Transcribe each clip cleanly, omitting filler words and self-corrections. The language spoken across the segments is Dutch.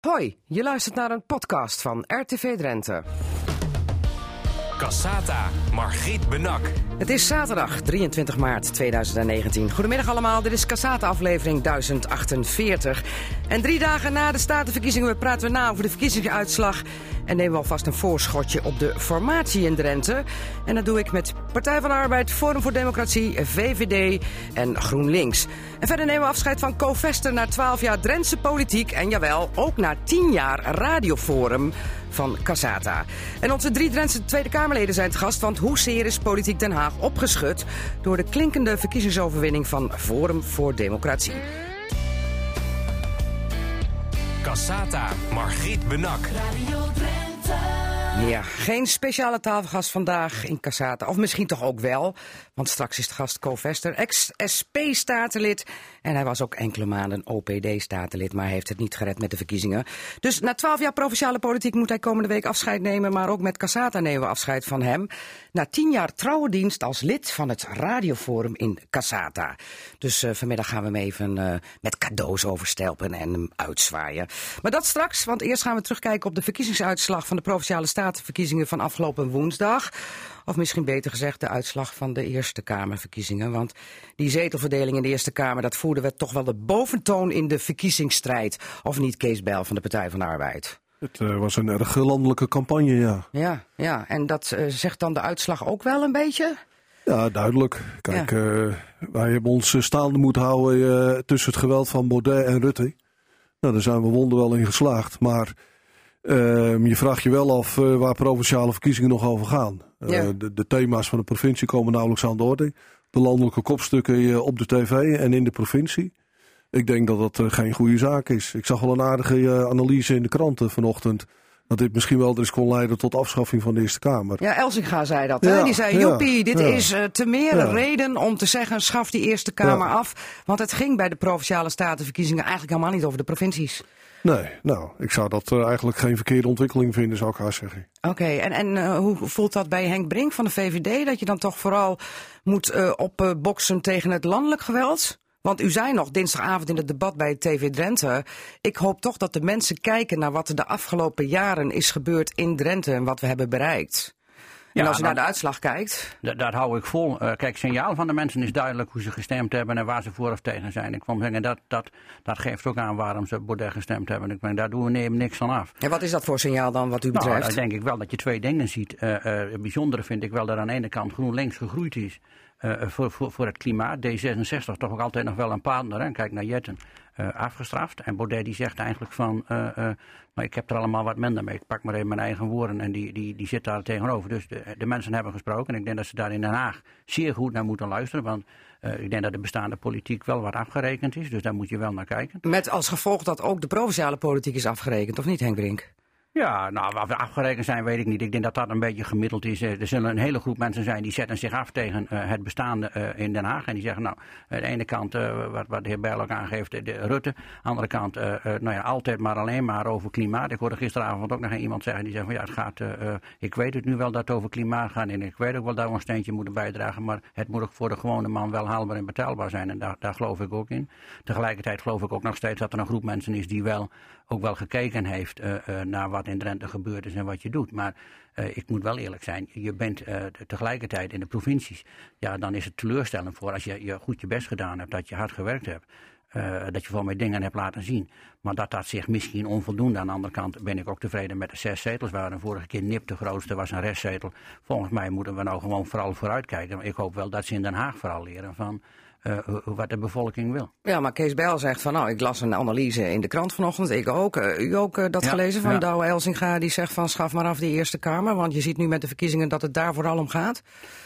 Hoi, je luistert naar een podcast van RTV Drenthe. Cassata, Margriet Benak. Het is zaterdag 23 maart 2019. Goedemiddag allemaal, dit is Cassata aflevering 1048. En 3 dagen na de statenverkiezingen praten we na over de verkiezingsuitslag. En nemen we alvast een voorschotje op de formatie in Drenthe. En dat doe ik met Partij van de Arbeid, Forum voor Democratie, VVD en GroenLinks. En verder nemen we afscheid van Co Vester na 12 jaar Drentse politiek. En jawel, ook na 10 jaar radioforum van Cassata. En onze 3 Drentse Tweede Kamerleden zijn te gast. Want hoezeer is politiek Den Haag opgeschud door de klinkende verkiezingsoverwinning van Forum voor Democratie. Cassata, Margriet Benak. Ja, geen speciale tafelgast vandaag in Cassata. Of misschien toch ook wel. Want straks is de gast Co Vester, ex-SP-statenlid. En hij was ook enkele maanden OPD-statenlid, maar heeft het niet gered met de verkiezingen. Dus na 12 jaar provinciale politiek moet hij komende week afscheid nemen. Maar ook met Cassata nemen we afscheid van hem. Na 10 jaar trouwe dienst als lid van het radioforum in Cassata. Dus vanmiddag gaan we hem even met cadeaus overstelpen en hem uitzwaaien. Maar dat straks, want eerst gaan we terugkijken op de verkiezingsuitslag van de provinciale statenverkiezingen van afgelopen woensdag. Of misschien beter gezegd de uitslag van de Eerste Kamerverkiezingen. Want die zetelverdeling in de Eerste Kamer, dat voerden we toch wel de boventoon in de verkiezingsstrijd. Of niet, Kees Bijl van de Partij van de Arbeid? Het was een erg landelijke campagne, ja. Ja, en dat zegt dan de uitslag ook wel een beetje? Ja, duidelijk. Kijk, wij hebben ons staande moeten houden tussen het geweld van Baudet en Rutte. Nou, daar zijn we wonderwel in geslaagd. Maar je vraagt je wel af waar provinciale verkiezingen nog over gaan. De thema's van de provincie komen nauwelijks aan de orde. De landelijke kopstukken op de tv en in de provincie. Ik denk dat dat geen goede zaak is. Ik zag wel een aardige analyse in de kranten vanochtend. Dat dit misschien wel eens kon leiden tot afschaffing van de Eerste Kamer. Ja, Elsinga zei dat. Hè? Die zei, joepie, dit is te meer reden om te zeggen, schaf die Eerste Kamer af. Want het ging bij de Provinciale Statenverkiezingen eigenlijk helemaal niet over de provincies. Nee, nou, ik zou dat eigenlijk geen verkeerde ontwikkeling vinden, zou ik haar zeggen. Oké, en hoe voelt dat bij Henk Brink van de VVD? Dat je dan toch vooral moet opboksen tegen het landelijk geweld? Want u zei nog dinsdagavond in het debat bij TV Drenthe, ik hoop toch dat de mensen kijken naar wat er de afgelopen jaren is gebeurd in Drenthe en wat we hebben bereikt. En als je naar de uitslag kijkt? Dat hou ik vol. Kijk, signaal van de mensen is duidelijk hoe ze gestemd hebben en waar ze voor of tegen zijn. Ik vond zeggen, dat geeft ook aan waarom ze Baudet gestemd hebben. Ik denk, daar doen we niks van af. En wat is dat voor signaal dan wat u betreft? Nou, dan denk ik wel dat je 2 dingen ziet. Het bijzondere vind ik wel dat aan de ene kant GroenLinks gegroeid is. Voor het klimaat. D66 toch ook altijd nog wel een partner. Hè? Kijk naar Jetten. Afgestraft. En Baudet die zegt eigenlijk van, maar ik heb er allemaal wat minder mee. Ik pak maar even mijn eigen woorden en die zit daar tegenover. Dus de mensen hebben gesproken. En ik denk dat ze daar in Den Haag zeer goed naar moeten luisteren. Want ik denk dat de bestaande politiek wel wat afgerekend is. Dus daar moet je wel naar kijken. Met als gevolg dat ook de provinciale politiek is afgerekend, of niet, Henk Brink? Ja, nou, waar we afgerekend zijn weet ik niet. Ik denk dat dat een beetje gemiddeld is. Er zullen een hele groep mensen zijn die zetten zich af tegen het bestaande in Den Haag. En die zeggen, nou, aan de ene kant, wat de heer Bijl ook aangeeft, de Rutte. Aan de andere kant, altijd maar alleen maar over klimaat. Ik hoorde gisteravond ook nog iemand zeggen, die zegt van ja, het gaat, ik weet het nu wel dat het over klimaat gaat. En ik weet ook wel dat we een steentje moeten bijdragen. Maar het moet ook voor de gewone man wel haalbaar en betaalbaar zijn. En daar geloof ik ook in. Tegelijkertijd geloof ik ook nog steeds dat er een groep mensen is die ook wel gekeken heeft naar wat in Drenthe gebeurd is en wat je doet. Maar ik moet wel eerlijk zijn, je bent tegelijkertijd in de provincies. Ja, dan is het teleurstellend voor als je goed je best gedaan hebt, dat je hard gewerkt hebt. Dat je voor mij dingen hebt laten zien. Maar dat zich misschien onvoldoende. Aan de andere kant ben ik ook tevreden met de 6 zetels. Waren vorige keer nipt de grootste, was een restzetel. Volgens mij moeten we nou gewoon vooral vooruitkijken. Ik hoop wel dat ze in Den Haag vooral leren van wat de bevolking wil. Ja, maar Kees Bijl zegt van, nou, ik las een analyse in de krant vanochtend. Ik ook. U ook dat gelezen van Douwe Elsinga, die zegt van, schaf maar af die Eerste Kamer. Want je ziet nu met de verkiezingen dat het daar vooral om gaat.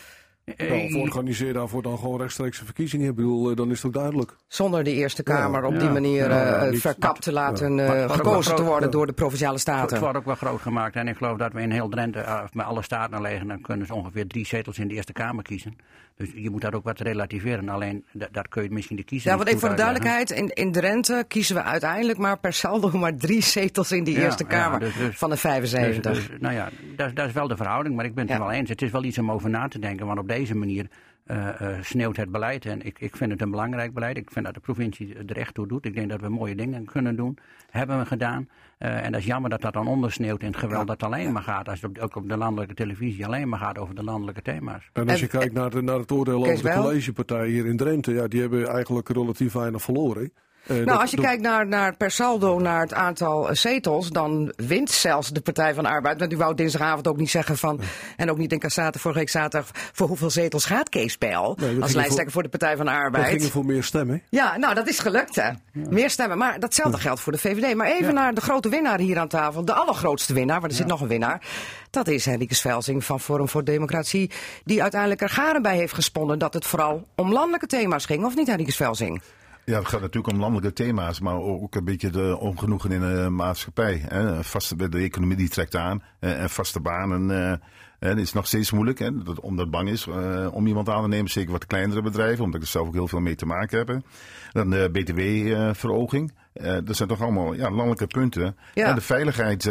Organiseer daarvoor dan gewoon rechtstreekse verkiezingen. Ik bedoel, dan is het ook duidelijk. Zonder de Eerste Kamer op die manier verkapt te laten gekozen te worden door de Provinciale Staten. Het wordt ook wel groot gemaakt. En ik geloof dat we in heel Drenthe met alle staten liggen. Dan kunnen ze ongeveer 3 zetels in de Eerste Kamer kiezen. Dus je moet dat ook wat relativeren. Alleen, dat kun je misschien de kiezer. Ja, want even voor de duidelijkheid. In Drenthe kiezen we uiteindelijk maar per saldo maar 3 zetels in die Eerste Kamer van de 75. Nou ja, dat is wel de verhouding. Maar ik ben het er wel eens. Het is wel iets om over na te denken. Want op deze manier sneeuwt het beleid. En ik vind het een belangrijk beleid. Ik vind dat de provincie er echt toe doet. Ik denk dat we mooie dingen kunnen doen. Hebben we gedaan. En dat is jammer dat dat dan ondersneeuwt in het geweld dat alleen maar gaat. Als het ook op de landelijke televisie alleen maar gaat over de landelijke thema's. En als je kijkt naar het oordeel over de collegepartij hier in Drenthe. Ja, die hebben eigenlijk relatief weinig verloren. Als je kijkt naar per saldo naar het aantal zetels, dan wint zelfs de Partij van de Arbeid. Want u wou dinsdagavond ook niet zeggen van, en ook niet in Cassata vorige week zaterdag, voor hoeveel zetels gaat Kees Bijl als lijsttrekker voor de Partij van de Arbeid? We gingen voor meer stemmen. Ja, nou dat is gelukt hè. Ja. Meer stemmen, maar datzelfde geldt voor de VVD. Maar even naar de grote winnaar hier aan tafel, de allergrootste winnaar, want er zit nog een winnaar. Dat is Henricus Velsing van Forum voor Democratie, die uiteindelijk er garen bij heeft gesponnen dat het vooral om landelijke thema's ging, of niet Henricus Velsing? Ja, het gaat natuurlijk om landelijke thema's, maar ook een beetje de ongenoegen in de maatschappij. Hè. De economie die trekt aan en vaste banen. Het is nog steeds moeilijk, hè, omdat het bang is om iemand aan te nemen. Zeker wat kleinere bedrijven, omdat ik er zelf ook heel veel mee te maken heb. Dan de btw-verhoging. Dat zijn toch allemaal landelijke punten. Ja. En de veiligheid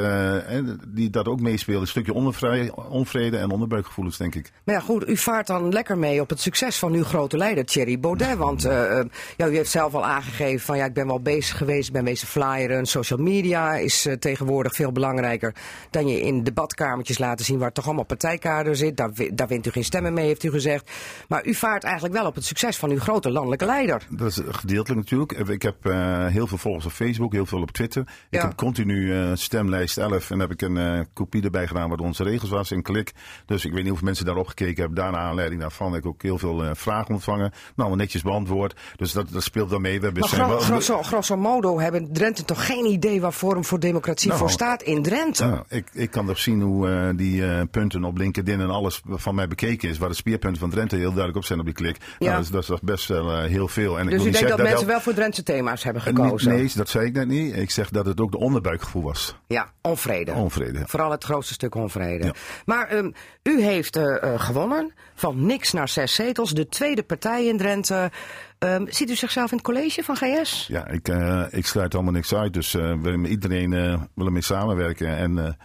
die dat ook meespeelt. Een stukje onvrede en onderbuikgevoelens, denk ik. Maar ja, goed, u vaart dan lekker mee op het succes van uw grote leider, Thierry Baudet. Want u heeft zelf al aangegeven van ik ben wel bezig geweest, ik ben bezig flyeren. Social media is tegenwoordig veel belangrijker dan je in debatkamertjes laten zien waar toch allemaal partijkader zit. Daar wint u geen stemmen mee, heeft u gezegd. Maar u vaart eigenlijk wel op het succes van uw grote landelijke leider. Dat is gedeeltelijk natuurlijk. Ik heb heel veel volgers op Facebook, heel veel op Twitter. Ik heb continu stemlijst 11 en heb ik een kopie erbij gedaan waar onze regels was in klik. Dus ik weet niet hoeveel mensen daarop gekeken hebben. Daarna aanleiding daarvan heb ik ook heel veel vragen ontvangen. Nou, netjes beantwoord. Dus dat speelt dan mee. Grosso modo hebben Drenthe toch geen idee waar Forum voor Democratie voor staat in Drenthe? Nou, ik kan er zien hoe die punten op LinkedIn en alles van mij bekeken is. Waar de speerpunten van Drenthe heel duidelijk op zijn op die klik. Ja. Nou, dat is best wel heel veel. En dus u denkt dat mensen wel voor Drentse thema's hebben gekozen? Nee, dat zei ik net niet. Ik zeg dat het ook de onderbuikgevoel was. Ja, onvrede. Vooral het grootste stuk onvrede. Ja. Maar u heeft gewonnen van niks naar 6 zetels. De tweede partij in Drenthe. Ziet u zichzelf in het college van GS? Ja, ik sluit allemaal niks uit. Dus iedereen wil ermee samenwerken. En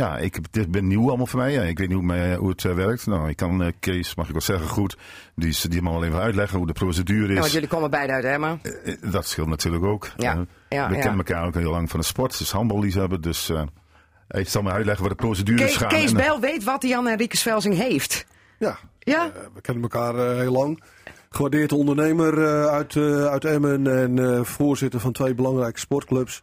het ben nieuw allemaal voor mij. Ja, ik weet niet hoe het werkt. Nou, ik kan Kees, mag ik wel zeggen, goed. Die mag wel even uitleggen hoe de procedure is. Ja, want jullie komen beide uit Emmen. Dat scheelt natuurlijk ook. Ja. We kennen elkaar ook heel lang van de sport. Dus handballiefhebber. Dus hij zal me uitleggen wat de procedures gaan. Kees Bijl weet wat hij aan Henricus Velsing heeft. Ja? We kennen elkaar heel lang. Gewaardeerd ondernemer uit Emmen en voorzitter van 2 belangrijke sportclubs.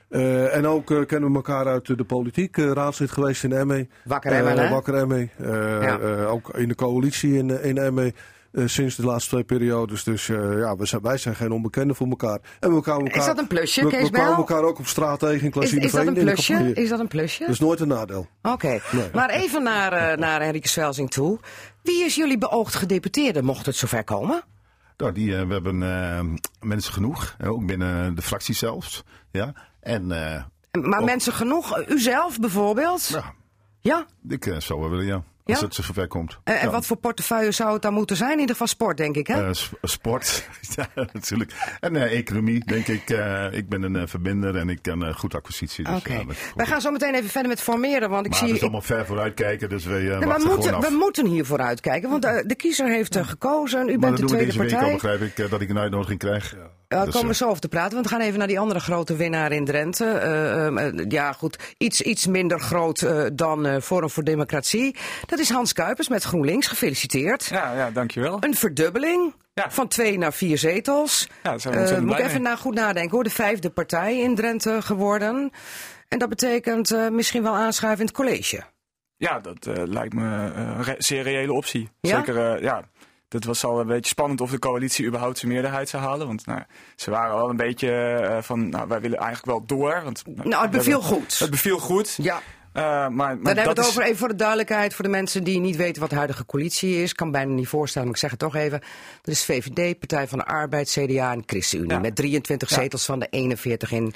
En ook kennen we elkaar uit de politiek. Raadslid geweest in Emmen. Wakker Emmen, hè? Wakker Emmen. Ook in de coalitie in Emmen. Sinds de laatste 2 periodes. Dus wij zijn geen onbekenden voor elkaar. En is dat een plusje, Kees Bijl? We kwamen elkaar ook op straat tegen in Klaasien de Veen. Is dat een plusje? Dat is nooit een nadeel. Oké. Nee. Maar even naar Henricus Velsing toe. Wie is jullie beoogd gedeputeerde, mocht het zover komen? Nou, we hebben mensen genoeg. Ook binnen de fractie zelfs. Ja. Maar mensen genoeg? U zelf bijvoorbeeld? Ja? Ik zou wel willen, ja. Als het zover komt. En wat voor portefeuille zou het dan moeten zijn? In ieder geval sport, denk ik, hè? Sport, ja, natuurlijk. En economie, denk ik. Ik ben een verbinder en ik kan goed acquisitie. Dus, Oké. Wij gaan zo meteen even verder met formeren. Want ik zie het is allemaal ver vooruitkijken, dus we moeten hier vooruitkijken. Want de kiezer heeft gekozen. U bent de tweede partij. Maar dat begrijp ik dat ik een uitnodiging krijg. Daar komen we zo over te praten, want we gaan even naar die andere grote winnaar in Drenthe. Iets minder groot dan Forum voor Democratie. Dat is Hans Kuipers met GroenLinks. Gefeliciteerd. Ja, dankjewel. Een verdubbeling van 2 naar 4 zetels. Ja, daar zijn we ontzettend blij mee. Moet ik even goed nadenken hoor. De 5e partij in Drenthe geworden. En dat betekent misschien wel aanschuiven in het college. Ja, dat lijkt me een zeer reële optie. Ja? Zeker, dat was al een beetje spannend of de coalitie überhaupt zijn meerderheid zou halen. Want ze waren al een beetje wij willen eigenlijk wel door. Want, het beviel goed. Het beviel goed. Ja. Maar dan hebben we het over, even voor de duidelijkheid, voor de mensen die niet weten wat de huidige coalitie is. Ik kan bijna niet voorstellen, maar ik zeg het toch even. Dat is VVD, Partij van de Arbeid, CDA en ChristenUnie. Met 23 zetels van de 41 in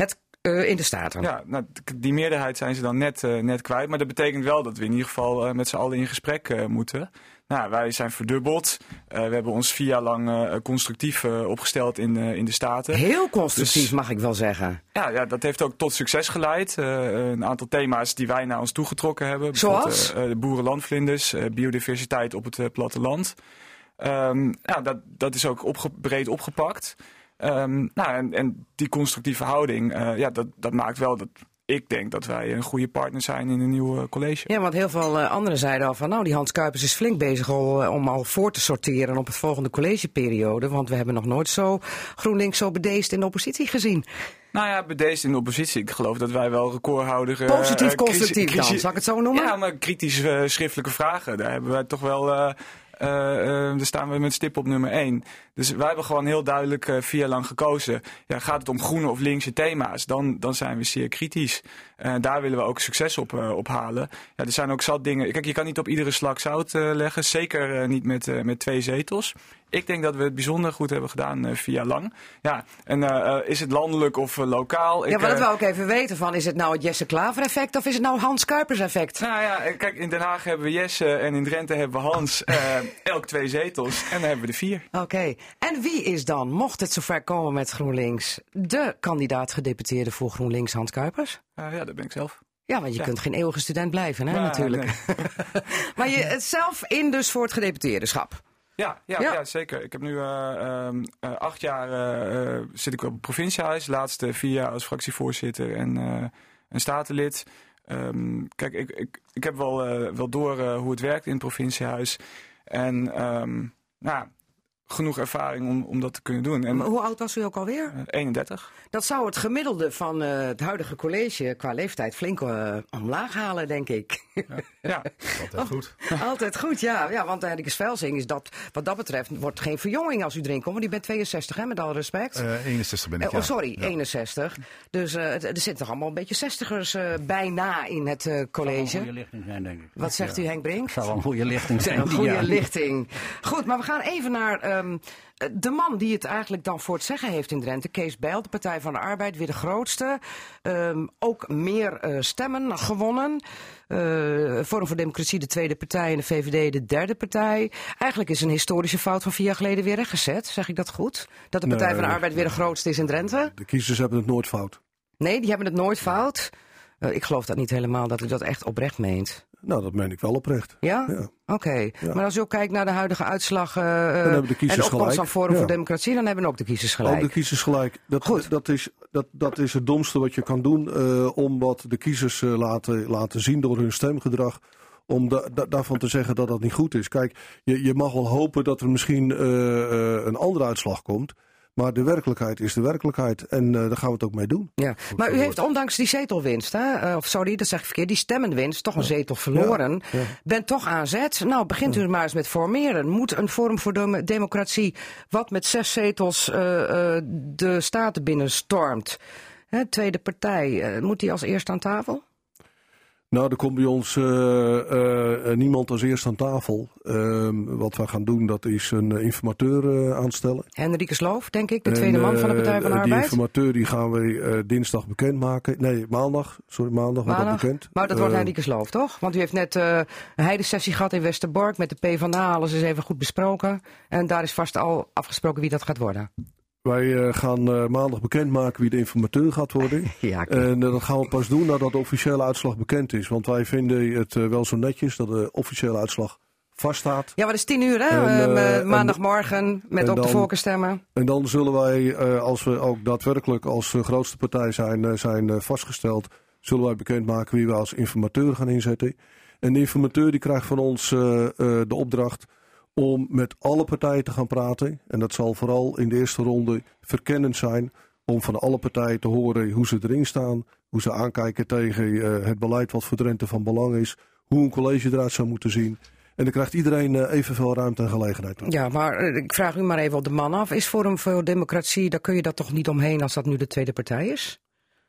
de Staten. Ja, die meerderheid zijn ze dan net kwijt. Maar dat betekent wel dat we in ieder geval met z'n allen in gesprek moeten. Wij zijn verdubbeld. We hebben ons 4 jaar lang constructief opgesteld in de Staten. Heel constructief, mag ik wel zeggen. Ja, dat heeft ook tot succes geleid. Een aantal thema's die wij naar ons toegetrokken hebben. Zoals? Boerenlandvlinders, biodiversiteit op het platteland. Dat is ook breed opgepakt. En die constructieve houding, dat maakt wel dat ik denk dat wij een goede partner zijn in een nieuw college. Ja, want heel veel anderen zeiden al van die Hans Kuipers is flink bezig om al voor te sorteren op het volgende collegeperiode. Want we hebben nog nooit GroenLinks zo bedeesd in de oppositie gezien. Nou ja, bedeesd in de oppositie. Ik geloof dat wij wel recordhouders... Positief, constructief dan, zal ik het zo noemen? Ja, maar kritische schriftelijke vragen, daar hebben wij toch wel... daar staan we met stip op nummer 1. Dus wij hebben gewoon heel duidelijk 4 jaar lang gekozen. Ja, gaat het om groene of linkse thema's, dan zijn we zeer kritisch. Daar willen we ook succes op halen. Ja, er zijn ook zat dingen... Kijk, je kan niet op iedere slag zout leggen. Zeker niet met 2 zetels. Ik denk dat we het bijzonder goed hebben gedaan 4 jaar lang. Ja, en is het landelijk of lokaal? Maar dat wil ik even weten van. Is het nou het Jesse Klaver effect of is het nou Hans Kuipers effect? Nou ja, kijk, in Den Haag hebben we Jesse en in Drenthe hebben we Hans. Elk 2 zetels en dan hebben we er 4. Oké. En wie is dan, mocht het zover komen met GroenLinks, de kandidaat gedeputeerde voor GroenLinks, Hans Kuipers? Ja, dat ben ik zelf. Ja, want je kunt geen eeuwige student blijven, hè, natuurlijk. Nee. Maar je het zelf in dus voor het gedeputeerderschap? Ja, zeker. Ik heb nu 8 jaar zit ik op het provinciehuis. De laatste 4 jaar als fractievoorzitter en statenlid. Kijk, ik heb wel door hoe het werkt in het provinciehuis. En genoeg ervaring om dat te kunnen doen. En, maar hoe oud was u ook alweer? 31. Dat zou het gemiddelde van het huidige college qua leeftijd flink omlaag halen, denk ik. Ja. Altijd goed. Altijd goed, ja. Want Henricus Velsing is dat, wat dat betreft, wordt geen verjonging als u erin komt. Want u bent 62, hè, met alle respect. 61 ben ik, ja. 61. Dus er zitten toch allemaal een beetje 60ers bijna in het college. Dat zou een goede lichting zijn, denk ik. Wat zegt u, Henk Brink? Dat zou wel een goede lichting zijn. Een goede lichting. Goed, maar we gaan even naar de man die het eigenlijk dan voor het zeggen heeft in Drenthe. Kees Bijl, de Partij van de Arbeid, weer de grootste. Ook meer stemmen gewonnen. Forum voor Democratie de tweede partij en de VVD de derde partij. Eigenlijk is een historische fout van 4 jaar geleden weer rechtgezet. Zeg ik dat goed? Dat de Partij van de Arbeid weer de grootste is in Drenthe? De kiezers hebben het nooit fout. Nee, die hebben het nooit fout. Ik geloof dat niet helemaal, dat u dat echt oprecht meent. Nou, dat meen ik wel oprecht. Ja? Ja. Oké. Ja. Maar als u ook kijkt naar de huidige uitslag dan hebben de kiezers en de opkomst van gelijk. Forum Ja. voor Democratie, dan hebben ook de kiezers gelijk. Ook de kiezers gelijk. Goed. Dat is het domste wat je kan doen om wat de kiezers laten zien door hun stemgedrag. Om daarvan te zeggen dat dat niet goed is. Kijk, je mag wel hopen dat er misschien een andere uitslag komt. Maar de werkelijkheid is de werkelijkheid. En daar gaan we het ook mee doen. Ja. Maar u heeft ondanks die zetelwinst, dat zeg ik verkeerd, die stemmenwinst, toch een zetel verloren. Ja. Bent toch aan zet. Nou, begint u er maar eens met formeren. Moet een Forum voor Democratie, wat met 6 zetels de Staten binnenstormt, tweede partij, moet die als eerste aan tafel? Nou, er komt bij ons niemand als eerste aan tafel. Wat we gaan doen, dat is een informateur aanstellen. Henricus Loof, denk ik, de tweede man van de Partij van de Arbeid. Die informateur die gaan we dinsdag bekendmaken. Nee, maandag wordt dat bekend. Maar dat wordt Henricus Loof, toch? Want u heeft net een heidensessie gehad in Westerbork met de PvdA. Alles is even goed besproken. En daar is vast al afgesproken wie dat gaat worden. Wij gaan maandag bekendmaken wie de informateur gaat worden. Ja, en dat gaan we pas doen nadat de officiële uitslag bekend is. Want wij vinden het wel zo netjes dat de officiële uitslag vaststaat. Ja, maar dat is 10 uur, hè? Maandagmorgen met ook de voorkeurstemmen. En dan zullen wij, als we ook daadwerkelijk als grootste partij zijn vastgesteld, zullen wij bekendmaken wie we als informateur gaan inzetten. En de informateur die krijgt van ons de opdracht om met alle partijen te gaan praten. En dat zal vooral in de eerste ronde verkennend zijn. Om van alle partijen te horen hoe ze erin staan. Hoe ze aankijken tegen het beleid wat voor Drenthe van belang is. Hoe een college eruit zou moeten zien. En dan krijgt iedereen evenveel ruimte en gelegenheid. Ja, maar ik vraag u maar even op de man af. Is Forum voor Democratie, daar kun je dat toch niet omheen als dat nu de tweede partij is?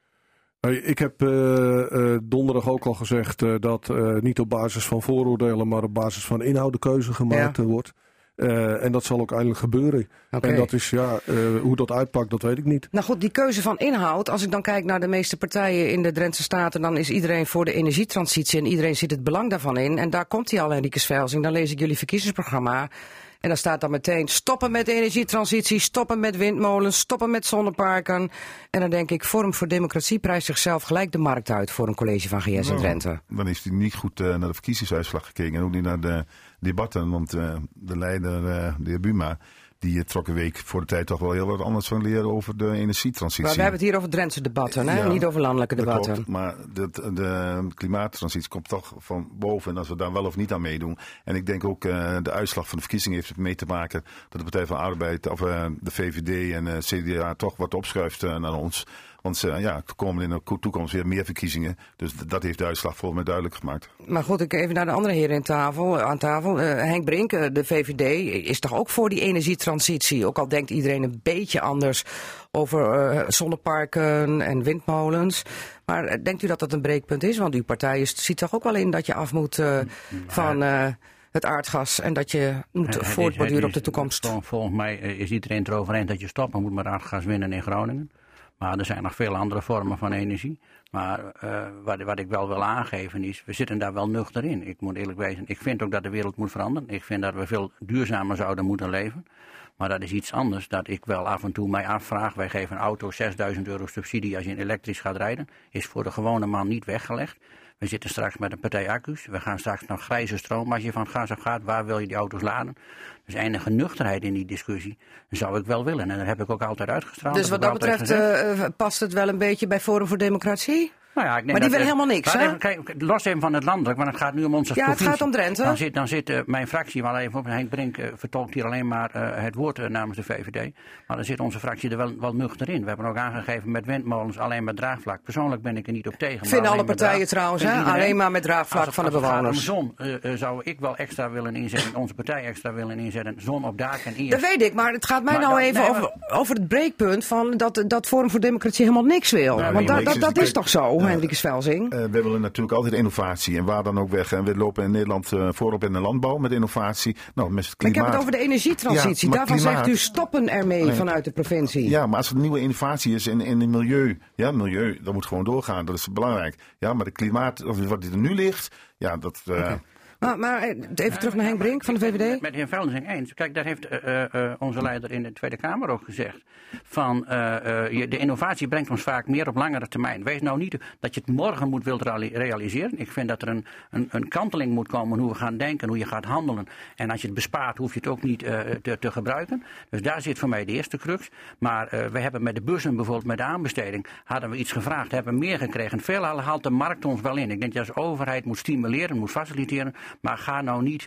Ik heb donderdag ook al gezegd dat niet op basis van vooroordelen, maar op basis van inhoud de keuze gemaakt wordt. En dat zal ook eindelijk gebeuren. Okay. En dat is, hoe dat uitpakt, dat weet ik niet. Nou goed, die keuze van inhoud, als ik dan kijk naar de meeste partijen in de Drentse Staten, dan is iedereen voor de energietransitie en iedereen ziet het belang daarvan in. En daar komt hij al, Henricus Velsing. Dan lees ik jullie verkiezingsprogramma. En dan staat dan meteen stoppen met de energietransitie, stoppen met windmolens, stoppen met zonneparken. En dan denk ik, Forum voor Democratie prijst zichzelf gelijk de markt uit voor een college van GS in Drenthe. Dan heeft hij niet goed naar de verkiezingsuitslag gekeken en ook niet naar de debatten. Want de leider, de heer Buma, die trok een week voor de tijd toch wel heel wat anders van leren over de energietransitie. Maar we hebben het hier over Drentse debatten, hè? Niet over landelijke debatten. Klopt, maar de klimaattransitie komt toch van boven en als we daar wel of niet aan meedoen. En ik denk ook de uitslag van de verkiezingen heeft mee te maken dat de Partij van de Arbeid, of de VVD en CDA toch wat opschuift naar ons. Want er komen in de toekomst weer meer verkiezingen. Dus dat heeft de uitslag volgens mij duidelijk gemaakt. Maar goed, ik even naar de andere heren aan tafel. Henk Brink, de VVD, is toch ook voor die energietransitie? Ook al denkt iedereen een beetje anders over zonneparken en windmolens. Maar denkt u dat dat een breekpunt is? Want uw partij ziet toch ook wel in dat je af moet van het aardgas en dat je moet voortborduren op de toekomst? Volgens mij is iedereen het erover eens dat je stoppen moet met aardgas winnen in Groningen. Maar er zijn nog veel andere vormen van energie. Maar wat ik wel wil aangeven is, we zitten daar wel nuchter in. Ik moet eerlijk wezen, ik vind ook dat de wereld moet veranderen. Ik vind dat we veel duurzamer zouden moeten leven. Maar dat is iets anders dat ik wel af en toe mij afvraag. Wij geven een auto €6.000 subsidie als je elektrisch gaat rijden. Is voor de gewone man niet weggelegd. We zitten straks met een partij accu's. We gaan straks naar grijze stroom als je van het gas afgaat. Waar wil je die auto's laden? Dus enige nuchterheid in die discussie zou ik wel willen. En dat heb ik ook altijd uitgestraald. Dus wat dat betreft past het wel een beetje bij Forum voor Democratie? Nou ja, ik denk maar die willen helemaal niks, hè? Kijk, los even van het landelijk, want het gaat nu om onze provincie. Ja, het gaat om Drenthe. Dan zit mijn fractie wel even op. Henk Brink vertolkt hier alleen maar het woord namens de VVD. Maar dan zit onze fractie er wel nuchter in. We hebben ook aangegeven met windmolens alleen met draagvlak. Persoonlijk ben ik er niet op tegen. Vinden alle partijen trouwens, hè? Alleen maar met draagvlak van de bewoners. Als het gaat om zon zou ik wel extra willen inzetten, onze partij extra willen inzetten. Zon op daken en Dat weet ik, maar het gaat mij even over het breekpunt van dat Forum voor Democratie helemaal niks wil. Want dat is toch zo, Hendrikus Velsing? We willen natuurlijk altijd innovatie en waar dan ook weg. En we lopen in Nederland voorop in de landbouw met innovatie. Nou, met het klimaat. Ik heb het over de energietransitie. Ja, daarvan zegt u stoppen ermee vanuit de provincie. Ja, maar als er nieuwe innovatie is in het milieu. Ja, milieu, dat moet gewoon doorgaan. Dat is belangrijk. Ja, maar de klimaat, wat er nu ligt, ja, dat... Maar even terug naar Henk Brink van de VVD. Met de heer Velding eens. Kijk, daar heeft onze leider in de Tweede Kamer ook gezegd. Van de innovatie brengt ons vaak meer op langere termijn. Wees nou niet dat je het morgen wilt realiseren. Ik vind dat er een kanteling moet komen hoe we gaan denken, hoe je gaat handelen. En als je het bespaart, hoef je het ook niet te gebruiken. Dus daar zit voor mij de eerste crux. Maar we hebben met de bussen, bijvoorbeeld met de aanbesteding, hadden we iets gevraagd, hebben meer gekregen. Veelal haalt de markt ons wel in. Ik denk dat je als overheid moet stimuleren, moet faciliteren. Maar ga nou niet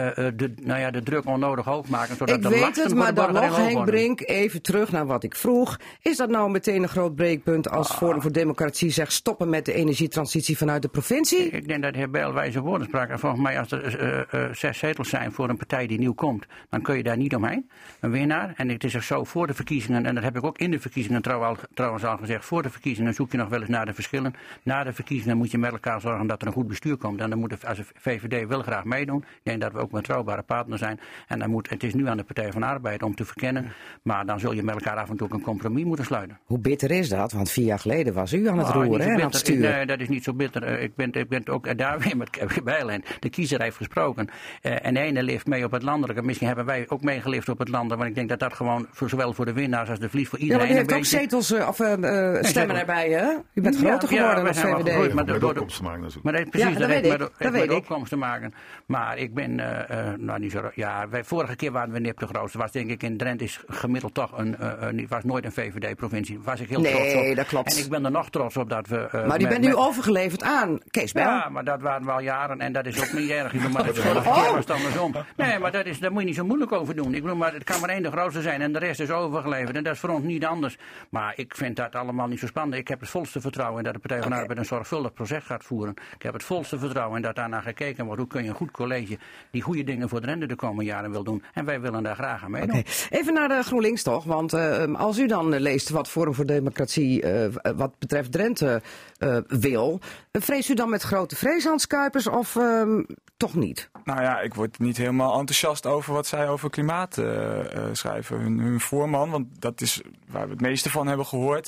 de druk onnodig hoog maken. Zodat ik weet het, maar dan nog, Henk Brink, even terug naar wat ik vroeg. Is dat nou meteen een groot breekpunt als Forum voor Democratie zegt stoppen met de energietransitie vanuit de provincie? Ik denk dat de heer Bijl wijze woorden sprak. En volgens mij als er 6 zetels zijn voor een partij die nieuw komt, dan kun je daar niet omheen. Een winnaar. En het is ook zo voor de verkiezingen, en dat heb ik ook in de verkiezingen trouwens al gezegd, voor de verkiezingen zoek je nog wel eens naar de verschillen. Na de verkiezingen moet je met elkaar zorgen dat er een goed bestuur komt. En dan moet als de VVD wil graag meedoen. Ik denk dat we ook een betrouwbare partner zijn. En het is nu aan de Partij van de Arbeid om te verkennen. Maar dan zul je met elkaar af en toe een compromis moeten sluiten. Hoe bitter is dat? Want 4 jaar geleden was u aan het roeren en aan het sturen. Nee, dat is niet zo bitter. Ik ben ook daar weer met Bijlijn. De kiezer heeft gesproken. En de ene leeft mee op het landelijke. Misschien hebben wij ook meegeleefd op het landelijke. Want ik denk dat dat gewoon zowel voor de winnaars als de verlies voor iedereen. Ja, maar u heeft ook zetels of stemmen erbij, hè? U bent groter geworden als VVD. Met opkomst te maken. Precies, dat weet ik. Opkomst te maken. Maar ik ben niet zo. Ja, vorige keer waren we nip de grootste. Was denk ik in Drenthe is gemiddeld toch was nooit een VVD-provincie. Was ik heel trots op. Nee, dat klopt. En ik ben er nog trots op dat we. Maar die bent nu overgeleverd aan Kees Bijl. Ja, maar dat waren wel jaren en dat is ook niet erg. Maar de vorige keer was het andersom. Nee, maar daar moet je niet zo moeilijk over doen. Ik bedoel, maar het kan maar één de grootste zijn en de rest is overgeleverd. En dat is voor ons niet anders. Maar ik vind dat allemaal niet zo spannend. Ik heb het volste vertrouwen in dat de Partij van de Arbeid een zorgvuldig proces gaat voeren. Ik heb het volste vertrouwen in dat daarna gekeken wordt. Hoe kun je een goed college die goede dingen voor Drenthe de komende jaren wil doen. En wij willen daar graag aan meedoen. Okay. Even naar de GroenLinks toch. Want als u dan leest wat Forum voor Democratie wat betreft Drenthe wil. Vreest u dan met grote vreeshandskuipers of toch niet? Nou ja, ik word niet helemaal enthousiast over wat zij over klimaat schrijven. Hun voorman, want dat is waar we het meeste van hebben gehoord.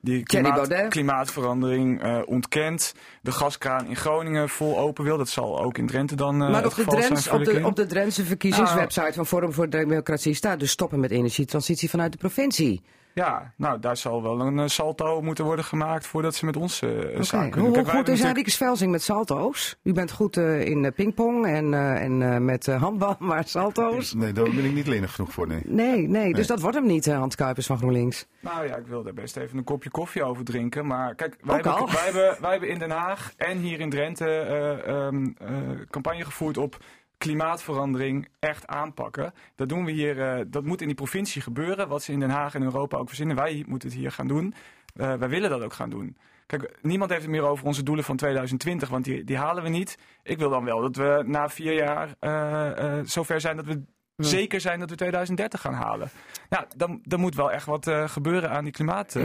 die klimaatverandering ontkent. De gaskraan in Groningen vol open wil. Dat zal ook in Drenthe dan maar het geval zijn. Op de Drentse verkiezingswebsite van Forum voor Democratie staat dus stoppen met energietransitie vanuit de provincie. Ja, nou daar zal wel een salto moeten worden gemaakt voordat ze met ons samen kunnen. Hoe goed is Henricus Velsing met salto's? U bent goed in pingpong en met handbal, maar salto's? Nee, daar ben ik niet lenig genoeg voor, nee. Nee, dus dat wordt hem niet, Hans Kuipers van GroenLinks. Nou ja, ik wil daar best even een kopje koffie over drinken. Maar kijk, wij hebben in Den Haag en hier in Drenthe campagne gevoerd op klimaatverandering echt aanpakken. Dat doen we hier, dat moet in die provincie gebeuren. Wat ze in Den Haag en Europa ook verzinnen. Wij moeten het hier gaan doen. Wij willen dat ook gaan doen. Kijk, niemand heeft het meer over onze doelen van 2020, want die halen we niet. Ik wil dan wel dat we na 4 jaar zover zijn dat we zeker zijn dat we 2030 gaan halen. Nou, dan moet wel echt wat gebeuren aan die klimaat.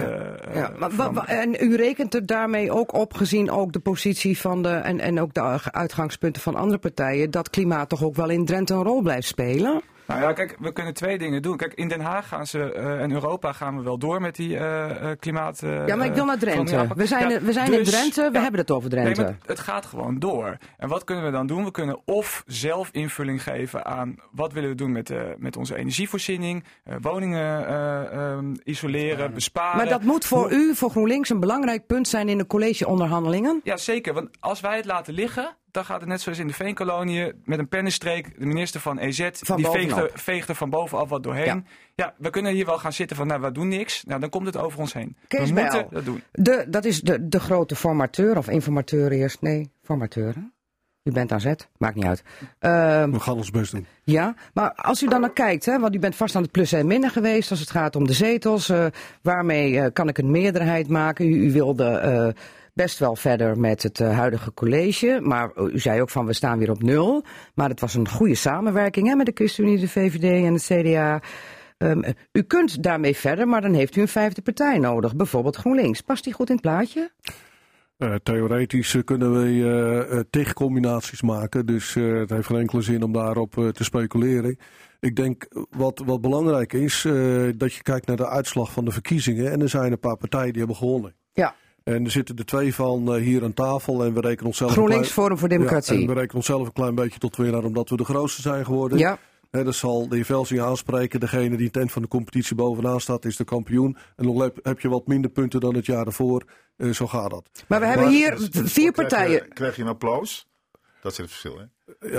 En u rekent er daarmee ook op, gezien ook de positie van en ook de uitgangspunten van andere partijen, dat klimaat toch ook wel in Drenthe een rol blijft spelen? Nou ja, kijk, we kunnen 2 dingen doen. Kijk, in Den Haag gaan ze en Europa gaan we wel door met die klimaat. Ja, maar ik wil naar Drenthe. We zijn in Drenthe, we hebben het over Drenthe. Nee, maar het gaat gewoon door. En wat kunnen we dan doen? We kunnen of zelf invulling geven aan wat willen we doen met onze energievoorziening, woningen isoleren, besparen. Maar dat moet voor u, voor GroenLinks, een belangrijk punt zijn in de collegeonderhandelingen? Ja, zeker. Want als wij het laten liggen, dan gaat het net zoals in de Veenkoloniën met een pennenstreek. De minister van EZ veegt er van bovenaf wat doorheen. Ja, we kunnen hier wel gaan zitten van, we doen niks. Nou, dan komt het over ons heen. Kees we moeten dat doen. Dat is de grote formateur, of informateur eerst. Nee, formateur. U bent aan zet, maakt niet uit. We gaan ons best doen. Ja, maar als u dan naar kijkt, want u bent vast aan het plussen en minnen geweest als het gaat om de zetels. Waarmee kan ik een meerderheid maken? U wilde best wel verder met het huidige college. Maar u zei ook van, we staan weer op 0. Maar het was een goede samenwerking met de ChristenUnie, de VVD en het CDA. U kunt daarmee verder, maar dan heeft u een 5e partij nodig. Bijvoorbeeld GroenLinks. Past die goed in het plaatje? Theoretisch kunnen we tegencombinaties maken. Dus het heeft geen enkele zin om daarop te speculeren. Ik denk wat belangrijk is, dat je kijkt naar de uitslag van de verkiezingen. En er zijn een paar partijen die hebben gewonnen. Ja. En er zitten er 2 van hier aan tafel. En we rekenen onszelf GroenLinks, Forum voor Democratie. Ja, en we rekenen onszelf een klein beetje tot winnaar omdat we de grootste zijn geworden. Ja. Dat zal de heer Velsing aanspreken. Degene die in het eind van de competitie bovenaan staat is de kampioen. En dan heb je wat minder punten dan het jaar daarvoor. Zo gaat dat. Maar we hebben hier 4 partijen. Krijg je een applaus? Dat is het verschil, hè?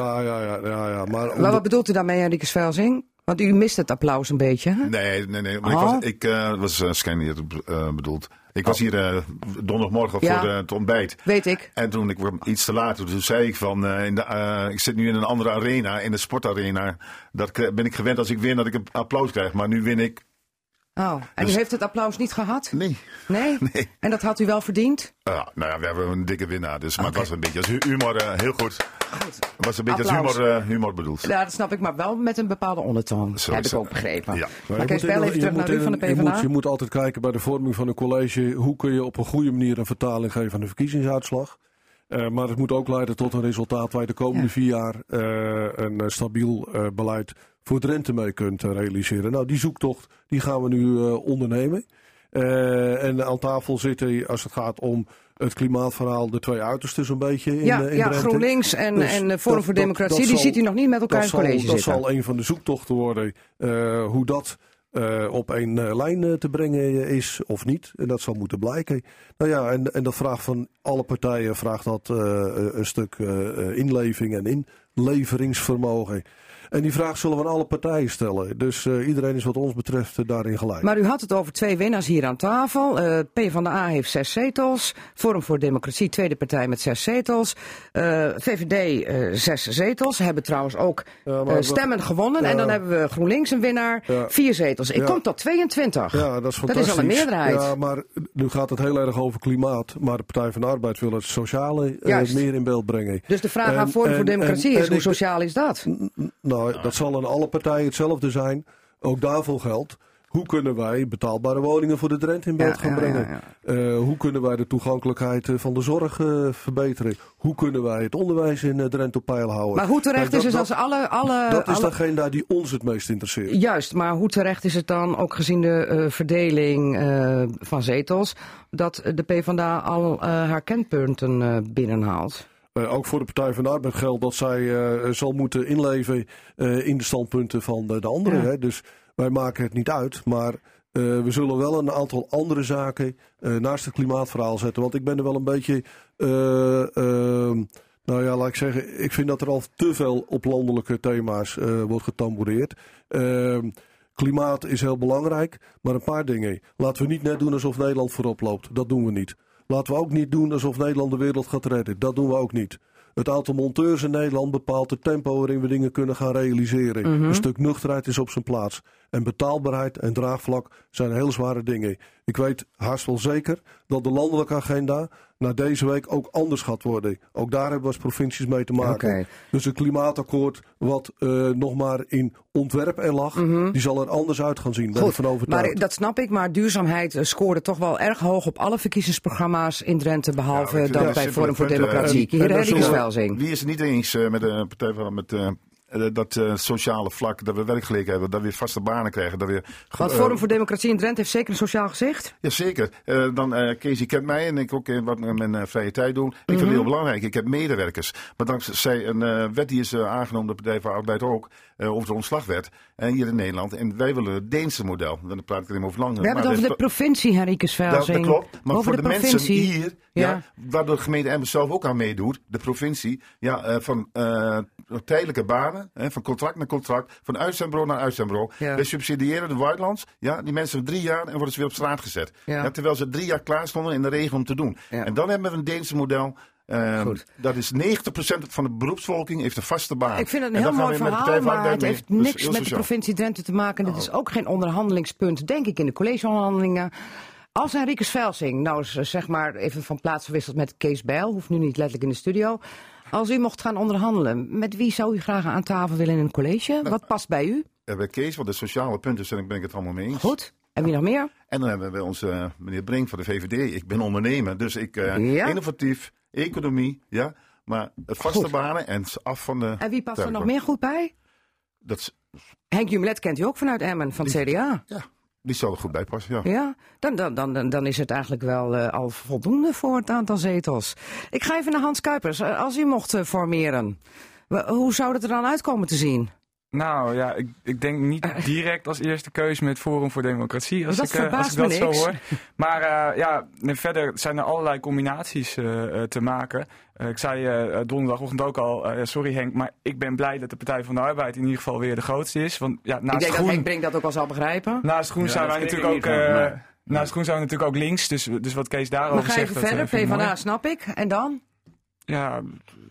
Ja. Maar wat bedoelt u daarmee, Henricus Velsing? Want u mist het applaus een beetje, hè? Nee. Maar ik was waarschijnlijk bedoeld. Ik was hier donderdagmorgen voor het ontbijt. Weet ik. En toen ik iets te laat, toen zei ik van, ik zit nu in een andere arena, in de sportarena. Dat ben ik gewend als ik win dat ik een applaus krijg, maar nu win ik. Oh, en u heeft het applaus niet gehad? Nee. Nee? En dat had u wel verdiend? Nou ja, we hebben een dikke winnaar, dus maar het was een beetje als humor, heel goed. Het was een beetje applaus. Als humor bedoeld. Ja, dat snap ik, maar wel met een bepaalde ondertoon. Heb ik ook begrepen. Ja. Maar Kees Bijl, even terug naar u van de PvdA. Je moet altijd kijken bij de vorming van een college. Hoe kun je op een goede manier een vertaling geven aan de verkiezingsuitslag? Maar het moet ook leiden tot een resultaat waar je de komende 4 jaar een stabiel beleid voor Drenthe mee kunt realiseren. Nou, die zoektocht die gaan we nu ondernemen. En aan tafel zitten, als het gaat om het klimaatverhaal, de 2 uitersten zo'n beetje in Drenthe. GroenLinks en Forum voor Democratie, die ziet u nog niet met elkaar in het college zitten. Dat zal een van de zoektochten worden, hoe dat op één lijn te brengen is of niet. En dat zal moeten blijken. Nou ja, en dat vraagt van alle partijen dat een stuk inleving en inleveringsvermogen. En die vraag zullen we aan alle partijen stellen. Dus iedereen is wat ons betreft daarin gelijk. Maar u had het over 2 winnaars hier aan tafel. PvdA heeft 6 zetels. Forum voor Democratie, tweede partij met 6 zetels. VVD 6 zetels. Hebben trouwens ook stemmen gewonnen. En dan hebben we GroenLinks een winnaar. 4 zetels. Ik kom tot 22. Ja, dat is fantastisch. Dat is al een meerderheid. Ja, maar nu gaat het heel erg over klimaat. Maar de Partij van de Arbeid wil het sociale meer in beeld brengen. Dus de vraag aan Forum voor Democratie is, hoe sociaal is dat? Nou, dat zal aan alle partijen hetzelfde zijn. Ook daarvoor geldt. Hoe kunnen wij betaalbare woningen voor de Drenthe in beeld gaan brengen? Hoe kunnen wij de toegankelijkheid van de zorg verbeteren? Hoe kunnen wij het onderwijs in Drenthe op peil houden? Maar hoe terecht is het als alle... Dat is datgene die ons het meest interesseert. Juist, maar hoe terecht is het dan, ook gezien de verdeling van zetels, dat de PvdA al haar kernpunten binnenhaalt? Ook voor de Partij van de Arbeid geldt dat zij zal moeten inleven in de standpunten van de anderen. Hè? Dus wij maken het niet uit, maar we zullen wel een aantal andere zaken naast het klimaatverhaal zetten. Want ik ben er wel een beetje, laat ik zeggen, ik vind dat er al te veel op landelijke thema's wordt getamboureerd. Klimaat is heel belangrijk, maar een paar dingen. Laten we niet net doen alsof Nederland voorop loopt. Dat doen we niet. Laten we ook niet doen alsof Nederland de wereld gaat redden. Dat doen we ook niet. Het aantal monteurs in Nederland bepaalt het tempo waarin we dingen kunnen gaan realiseren. Een stuk nuchterheid is op zijn plaats. En betaalbaarheid en draagvlak zijn heel zware dingen. Ik weet haast wel zeker dat de landelijke agenda na deze week ook anders gaat worden. Ook daar hebben we als provincies mee te maken. Okay. Dus een klimaatakkoord wat nog maar in ontwerp er lag, die zal er anders uit gaan zien. Ben ik van overtuigd. Maar dat snap ik, maar duurzaamheid scoorde toch wel erg hoog op alle verkiezingsprogramma's in Drenthe, behalve dan bij Forum voor Democratie. Hier Riekes Welsing. Wie is het niet eens met de Partij van dat sociale vlak, dat we werkgelegenheid hebben, dat we vaste banen krijgen. Dat we, Want Forum voor Democratie in Drenthe heeft zeker een sociaal gezicht? Jazeker. Kees, je kent mij en ik ook wat met mijn vrije tijd doen. Ik vind het heel belangrijk. Ik heb medewerkers. Maar dankzij een wet die is aangenomen door de Partij van de Arbeid ook, over de ontslagwet, hier in Nederland. En wij willen het Deense model. Dan praat ik alleen over lang. We hebben het over de provincie, Henrikus Velsing. Dat klopt. Maar over voor de mensen hier, waardoor de gemeente Emmen zelf ook aan meedoet, de provincie, van tijdelijke banen, van contract naar contract, van uitzendbureau naar uitzendbureau. Ja. Wij subsidiëren de Wildlands, die mensen 3 jaar en worden ze weer op straat gezet. Ja, terwijl ze 3 jaar klaar stonden in de regen om te doen. Ja. En dan hebben we een Deense model. Dat is 90% van de beroepsvolking heeft een vaste baan. Ik vind het een heel mooi verhaal, maar het heeft niks met de provincie Drenthe te maken. Dit is ook geen onderhandelingspunt, denk ik, in de collegeonderhandelingen. Als Henrikus Velsing, nou zeg maar even van plaats verwisseld met Kees Bijl, hoeft nu niet letterlijk in de studio. Als u mocht gaan onderhandelen, met wie zou u graag aan tafel willen in een college? Wat past bij u? Bij Kees, want de sociale punten ben ik het allemaal mee eens. Goed. En wie nog meer? En dan hebben we onze meneer Brink van de VVD. Ik ben ondernemer, dus ik innovatief, economie, maar vaste banen en af van de... En wie past er nog meer goed bij? Henk Jumelet kent u ook vanuit Emmen, van het CDA. Ja, die zou er goed bij passen, ja. Dan is het eigenlijk wel al voldoende voor het aantal zetels. Ik ga even naar Hans Kuipers. Als u mocht formeren, hoe zou het er dan uitkomen te zien? Nou ja, ik denk niet direct als eerste keus met Forum voor Democratie, als ik dat zo hoor. Maar verder zijn er allerlei combinaties te maken. Ik zei donderdagochtend ook al, sorry Henk, maar ik ben blij dat de Partij van de Arbeid in ieder geval weer de grootste is. Want, naast ik denk dat Henk Brink dat ook wel zal begrijpen. Naast Groen zijn wij natuurlijk ook... naast Groen zijn we natuurlijk ook links, dus wat Kees daarover zegt... Maar ga even verder, PvdA snap ik. En dan? Ja...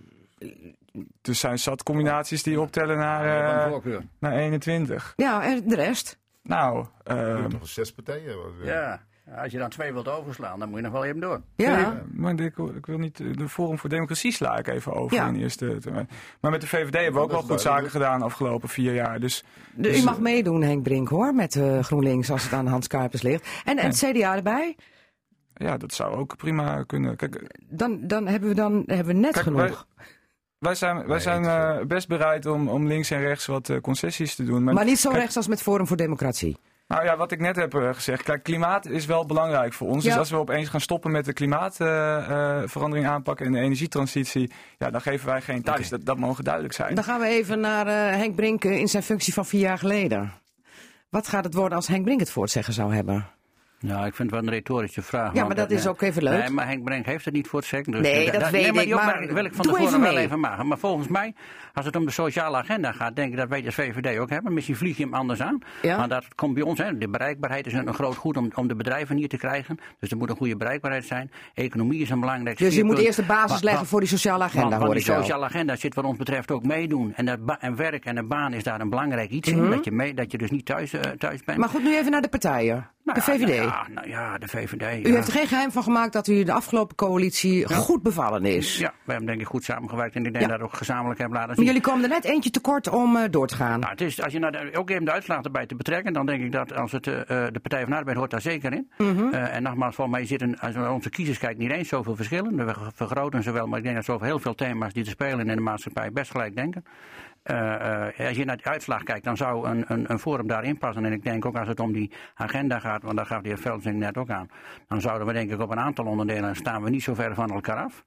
Dus zijn zat combinaties die optellen naar 21. Ja, en de rest? Nou... nog 6 partijen. Ja, als je dan 2 wilt overslaan, dan moet je nog wel even door. Ja. Maar ik wil niet... De Forum voor Democratie sla ik even over in eerste... Maar met de VVD hebben we ook wel goed zaken gedaan de afgelopen 4 jaar. Dus u mag meedoen, Henk Brink, hoor, met GroenLinks, als het aan Hans Kuipers ligt. En het CDA erbij? Ja, dat zou ook prima kunnen. Kijk, dan hebben we net genoeg. Wij zijn best bereid om links en rechts wat concessies te doen. Maar niet zo rechts als met Forum voor Democratie. Nou ja, wat ik net heb gezegd. Kijk, klimaat is wel belangrijk voor ons. Ja. Dus als we opeens gaan stoppen met de klimaatverandering aanpakken en de energietransitie, dan geven wij geen thuis. Dat mogen duidelijk zijn. Dan gaan we even naar Henk Brink in zijn functie van 4 jaar geleden. Wat gaat het worden als Henk Brink het voor het zeggen zou hebben? Nou, ik vind het wel een retorische vraag. Ja, maar dat is ook even leuk. Nee, maar Henk Brink heeft het niet voor het zeggen. Dus nee, dat weet ik. Maar wil ik van tevoren wel even maken. Maar volgens mij, als het om de sociale agenda gaat, denk ik dat wij als VVD ook hebben. Misschien vlieg je hem anders aan. Ja? Maar dat komt bij ons. De bereikbaarheid is een groot goed om de bedrijven hier te krijgen. Dus er moet een goede bereikbaarheid zijn. Economie is een belangrijk Dus je moet eerst de basis leggen voor die sociale agenda, hoor ik wel. Die sociale agenda zit wat ons betreft ook meedoen. En werk en de baan is daar een belangrijk iets in. Dat je dus niet thuis bent. Maar goed, nu even naar de partijen. De VVD. De VVD. U heeft er geen geheim van gemaakt dat u de afgelopen coalitie goed bevallen is. Ja, we hebben denk ik goed samengewerkt en ik denk dat we ook gezamenlijk hebben laten zien. Maar jullie komen er net eentje tekort om door te gaan. Nou, het is, als je ook even de uitslag erbij te betrekken, dan denk ik dat als het de Partij van de Arbeid hoort daar zeker in. En nogmaals, volgens mij zitten, als we naar onze kiezers kijken, niet eens zoveel verschillen. We vergroten ze wel, maar ik denk dat ze over heel veel thema's die er spelen in de maatschappij best gelijk denken. Als je naar de uitslag kijkt, dan zou een Forum daarin passen. En ik denk ook als het om die agenda gaat, want daar gaf de heer Veldsing net ook aan. Dan zouden we denk ik op een aantal onderdelen staan we niet zo ver van elkaar af.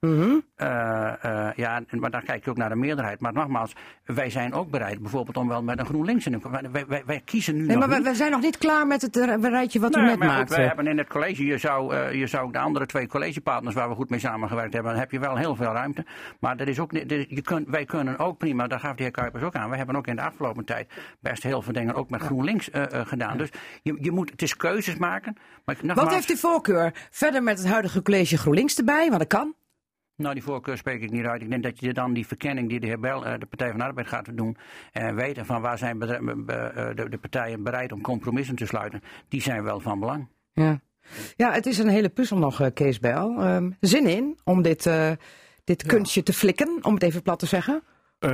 Maar dan kijk je ook naar de meerderheid. Maar nogmaals, wij zijn ook bereid bijvoorbeeld om wel met een GroenLinks in wij kiezen nu nog niet. We zijn nog niet klaar met het rijtje wat u net maakte. Wij hebben in het college, je zou de andere 2 collegepartners waar we goed mee samengewerkt hebben, dan heb je wel heel veel ruimte. Maar er is ook, wij kunnen ook prima, daar gaf de heer Kuipers ook aan. We hebben ook in de afgelopen tijd best heel veel dingen ook met GroenLinks gedaan. Dus het is keuzes maken. Maar nogmaals, wat heeft u voorkeur? Verder met het huidige college GroenLinks erbij, want dat kan. Nou, die voorkeur spreek ik niet uit. Ik denk dat je dan die verkenning die de heer Bel, de Partij van de Arbeid gaat doen, weten van waar zijn de partijen bereid om compromissen te sluiten, die zijn wel van belang. Ja, het is een hele puzzel nog, Kees Bel. Zin in om dit kunstje te flikken, om het even plat te zeggen?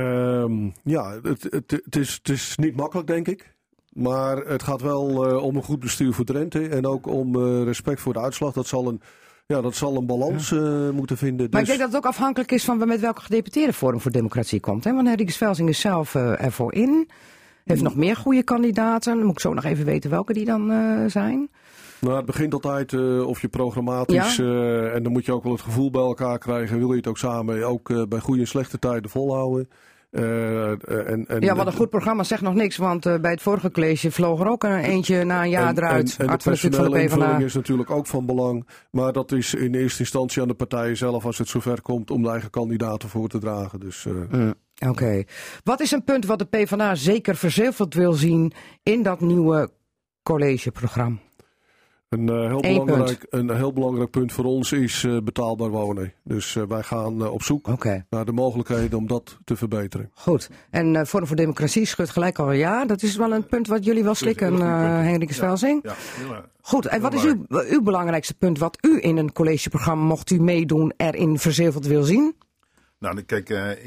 Het is niet makkelijk, denk ik. Maar het gaat wel om een goed bestuur voor Drenthe. En ook om respect voor de uitslag. Dat zal een balans moeten vinden. Maar ik denk dat het ook afhankelijk is van met welke gedeputeerde Forum voor Democratie komt. Hè? Want Henricus Velsing is zelf ervoor in. Heeft nog meer goede kandidaten. Dan moet ik zo nog even weten welke die dan zijn. Nou, het begint altijd of je programmatisch en dan moet je ook wel het gevoel bij elkaar krijgen. Wil je het ook samen, ook bij goede en slechte tijden volhouden. Want een goed programma zegt nog niks, want bij het vorige college vloog er ook eentje na een jaar eruit. En de personele invulling is natuurlijk ook van belang. Maar dat is in eerste instantie aan de partijen zelf als het zover komt om de eigen kandidaten voor te dragen. Dus, Oké. Wat is een punt wat de PvdA zeker verzilverd wil zien in dat nieuwe collegeprogramma? Een heel belangrijk punt voor ons is betaalbaar wonen. Dus wij gaan op zoek naar de mogelijkheden om dat te verbeteren. Goed. En Forum voor Democratie schudt gelijk al ja. Dat is wel een punt wat jullie wel slikken, Henricus Velsing. Ja. Goed. En wat is uw belangrijkste punt wat u in een collegeprogramma, mocht u meedoen, erin verzilverd wil zien? Nou, kijk,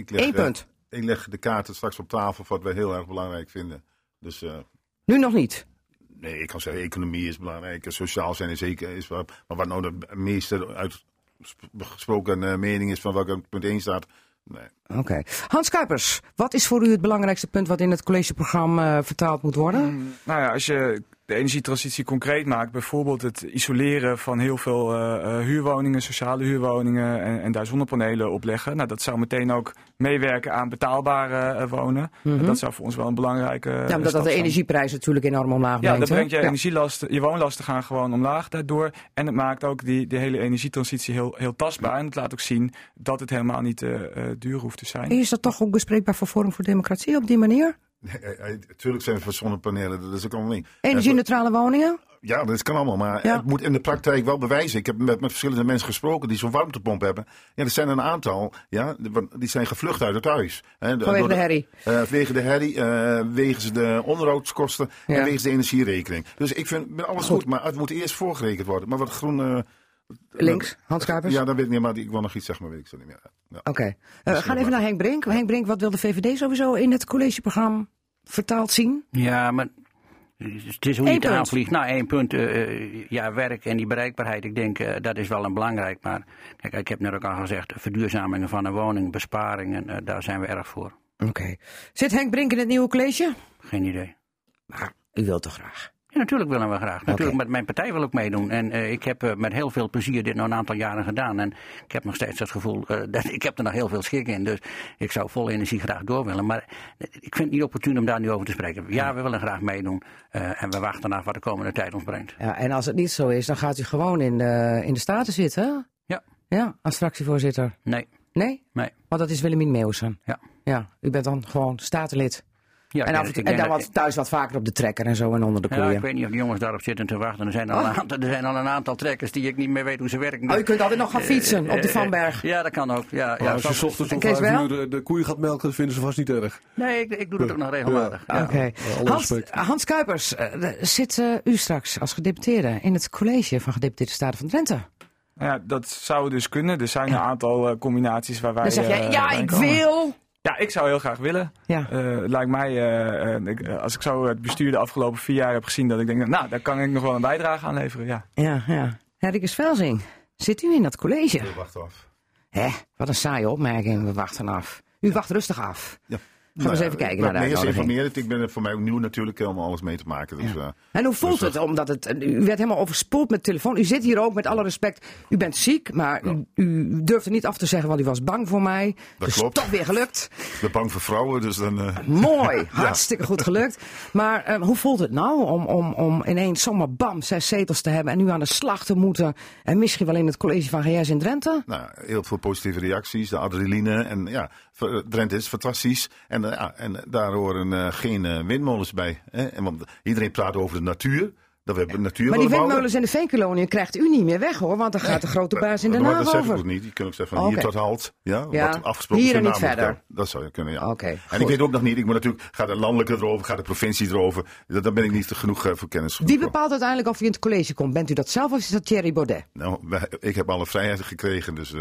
ik leg de kaarten straks op tafel wat wij heel erg belangrijk vinden. Dus, nu nog niet? Nee, ik kan zeggen, economie is belangrijk, sociaal zijn is zeker is wel. Maar wat nou de meeste uitgesproken mening is van welke punt 1 staat, nee. Oké. Hans Kuipers, wat is voor u het belangrijkste punt wat in het collegeprogramma vertaald moet worden? Als je de energietransitie concreet maakt, bijvoorbeeld het isoleren van heel veel huurwoningen, sociale huurwoningen en daar zonnepanelen op leggen. Nou, dat zou meteen ook meewerken aan betaalbare wonen. Dat zou voor ons wel een belangrijke omdat dat de energieprijzen natuurlijk enorm omlaag brengt. Ja, dat brengt je energielasten, je woonlasten gaan gewoon omlaag daardoor. En het maakt ook die hele energietransitie heel tastbaar. En het laat ook zien dat het helemaal niet duur hoeft te zijn. Is dat toch ook bespreekbaar voor Forum voor Democratie op die manier? Natuurlijk zijn we voor zonnepanelen, dat is ook allemaal niet. Energie-neutrale woningen? Ja, dat kan allemaal, maar het moet in de praktijk wel bewijzen. Ik heb met verschillende mensen gesproken die zo'n warmtepomp hebben. Ja, er zijn een aantal, die zijn gevlucht uit het huis. Vanwege de herrie? Wegen de herrie, wegens de onderhoudskosten en wegens de energierekening. Dus ik vind met alles goed, maar het moet eerst voorgerekend worden. Maar wat groen... Links, Hans Kuipers? Ja, dat weet ik niet, maar ik wil nog iets zeggen, maar weet ik zo niet meer. Ja. Oké. We gaan even naar Henk Brink. Henk Brink, wat wil de VVD sowieso in het collegeprogramma vertaald zien? Ja, maar het is hoe je het aanvliegt. Nou, 1 punt, werk en die bereikbaarheid. Ik denk, dat is wel een belangrijk. Maar kijk, ik heb net ook al gezegd, verduurzamingen van een woning, besparingen, daar zijn we erg voor. Oké. Zit Henk Brink in het nieuwe college? Geen idee. Maar u wilt toch graag? Ja, natuurlijk willen we graag. Natuurlijk, met mijn partij wil ik meedoen. En ik heb met heel veel plezier dit nog een aantal jaren gedaan. En ik heb nog steeds het gevoel dat ik heb er nog heel veel schik in. Dus ik zou vol energie graag door willen. Maar ik vind het niet opportun om daar nu over te spreken. Ja, we willen graag meedoen. En we wachten af wat de komende tijd ons brengt. Ja, en als het niet zo is, dan gaat u gewoon in de Staten zitten? Ja. Ja, als fractievoorzitter? Nee. Nee? Nee. Want dat is Willemien Meeuwsen? Ja. Ja, u bent dan gewoon statenlid? Ja, En, en dan thuis wat vaker op de trekker en zo en onder de koeien. Ja, ik weet niet of de jongens daarop zitten te wachten. Er zijn al een aantal trekkers die ik niet meer weet hoe ze werken. Oh, je kunt altijd nog gaan fietsen op de Vanberg. Ja, dat kan ook. Ja, als je 's ochtends om 5 uur de koeien gaat melken, dat vinden ze vast niet erg. Nee, ik doe dat ook nog regelmatig. Ja. Oké. Hans Kuipers, zit u straks als gedeputeerde in het college van gedeputeerde Staten van Drenthe? Ja, dat zou dus kunnen. Er zijn een aantal combinaties waar wij... Dan zeg jij, ik wil... Ja, ik zou heel graag willen. Ja. Lijkt mij, als ik zo het bestuur de afgelopen 4 jaar heb gezien, dat ik denk, nou, daar kan ik nog wel een bijdrage aan leveren. Ja. Ja. Rikus Velzing, zit u in dat college? We wachten af. Hè, wat een saaie opmerking, we wachten af. U wacht rustig af. Ja. Gaan we eens even kijken naar de uitnodiging. Informeren. Ik ben er voor mij ook nieuw natuurlijk om alles mee te maken. Dus, en hoe voelt het? Omdat u werd helemaal overspoeld met telefoon. U zit hier ook met alle respect. U bent ziek, maar u durfde niet af te zeggen, want u was bang voor mij. Dat dus klopt. Toch weer gelukt. Ik ben bang voor vrouwen, dus dan... Mooi, hartstikke goed gelukt. Maar hoe voelt het nou om ineens zomaar bam 6 zetels te hebben en nu aan de slag te moeten en misschien wel in het college van GS in Drenthe? Nou, heel veel positieve reacties, de adrenaline en ja, Drenthe is fantastisch. En daar horen geen windmolens bij. Hè? Want iedereen praat over de natuur. Dat we natuur maar die bouwen. windmolens in de Veenkoloniën krijgt u niet meer weg hoor. Want dan gaat de grote baas in Den Haag over. Dat zeg ik ook niet. Je kunt ook zeggen van hier tot halt. Ja, wat afgesproken hier en is niet verder. Dat zou je kunnen, ja. Okay, en ik weet ook nog niet. Ik moet natuurlijk, gaat de landelijke erover, gaat de provincie erover. Daar ben ik niet genoeg voor kennis. Wie bepaalt uiteindelijk of u in het college komt? Bent u dat zelf of is dat Thierry Baudet? Nou, ik heb alle vrijheid gekregen. Dus,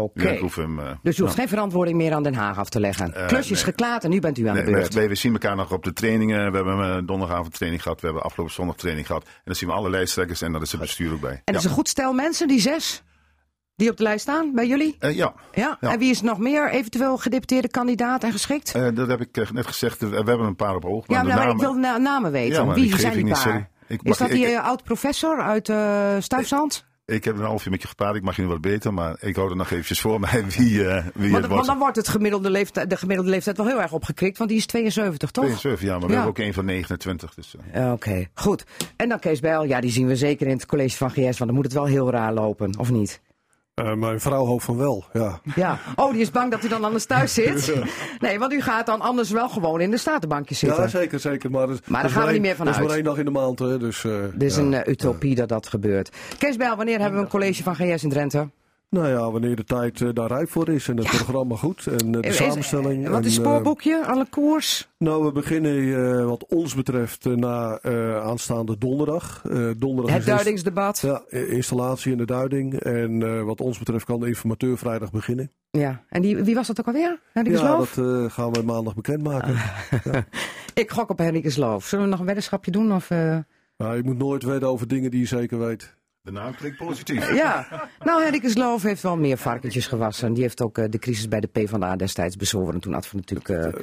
dus u hoeft geen verantwoording meer aan Den Haag af te leggen. Klusjes geklaard en nu bent u aan de beurt. We zien elkaar nog op de trainingen. We hebben een donderdagavond training gehad. We hebben afgelopen zondag training gehad. En dan zien we alle lijsttrekkers en daar is het bestuur ook bij. En is een goed stel mensen, die 6 die op de lijst staan bij jullie? Ja. En wie is nog meer eventueel gedeputeerde kandidaat en geschikt? Dat heb ik net gezegd. We hebben een paar op oog. Maar ik wil namen weten. Ja, wie zijn die paar? Is dat die oud-professor uit Stuyfzand? Ik heb een half uur met je gepraat, ik mag je nu wat beter, maar ik hou er nog eventjes voor mij wie het was. Want dan wordt de gemiddelde leeftijd wel heel erg opgekrikt, want die is 72, toch? 72, ja, maar we hebben ook een van 29. Dus, Oké, goed. En dan Kees Bijl, ja, die zien we zeker in het college van GS, want dan moet het wel heel raar lopen, of niet? Mijn vrouw hoopt van wel, ja. Ja, die is bang dat u dan anders thuis zit. Nee, want u gaat dan anders wel gewoon in de statenbankjes zitten. Ja, zeker. Maar daar gaan we niet meer van uit. Dat is maar 1 dag in de maand, hè. Dus, dit is een utopie dat gebeurt. Kees Bijl, wanneer hebben we een college van GS in Drenthe? Nou ja, wanneer de tijd daar rijp voor is en het programma goed en de samenstelling. Wat is het spoorboekje, alle koers? Nou, we beginnen wat ons betreft na aanstaande donderdag. Donderdag het duidingsdebat. Ja, installatie en de duiding. En wat ons betreft kan de informateur vrijdag beginnen. Ja, en wie was dat ook alweer? Henricus Loof? Dat gaan we maandag bekendmaken. Ja. Ik gok op Henricus Loof. Zullen we nog een weddenschapje doen? Of, Nou, je moet nooit wedden over dingen die je zeker weet. De naam klinkt positief. Ja, nou Henricus Loof heeft wel meer varkentjes gewassen. Die heeft ook de crisis bij de PvdA destijds bezworen. Toen Adver natuurlijk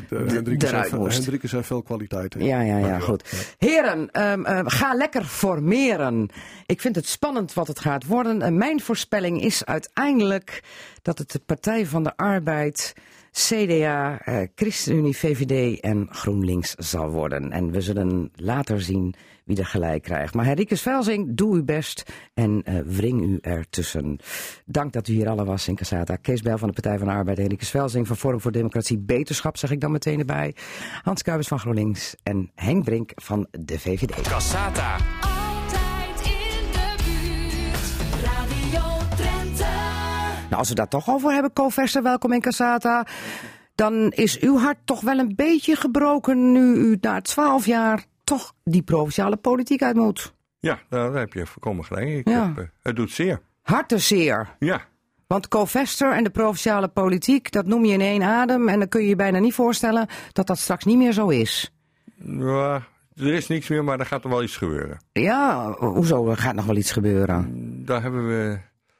Henricus heeft veel kwaliteiten. Ja, goed. Heren, ga lekker formeren. Ik vind het spannend wat het gaat worden. Mijn voorspelling is uiteindelijk dat het de Partij van de Arbeid, CDA, ChristenUnie, VVD en GroenLinks zal worden. En we zullen later zien wie er gelijk krijgt. Maar Rikus Velzing, doe uw best en wring u ertussen. Dank dat u hier alle was in Cassata. Kees Bijl van de Partij van de Arbeid, Rikus Velzing van Forum voor Democratie Beterschap, zeg ik dan meteen erbij. Hans Kuipers van GroenLinks en Henk Brink van de VVD. Cassata. Altijd in de buurt. Radio Drenthe. Nou, als we daar toch over hebben, Co-Vester, welkom in Cassata. Dan is uw hart toch wel een beetje gebroken nu u na 12 jaar toch die provinciale politiek uit moet. Ja, daar heb je voorkomen gelijk. Het doet zeer. Hartenzeer. Ja. Want Co-Vester en de provinciale politiek, dat noem je in 1 adem. En dan kun je je bijna niet voorstellen dat dat straks niet meer zo is. Ja, er is niks meer, maar er gaat er wel iets gebeuren. Ja, hoezo gaat nog wel iets gebeuren? Daar hebben we...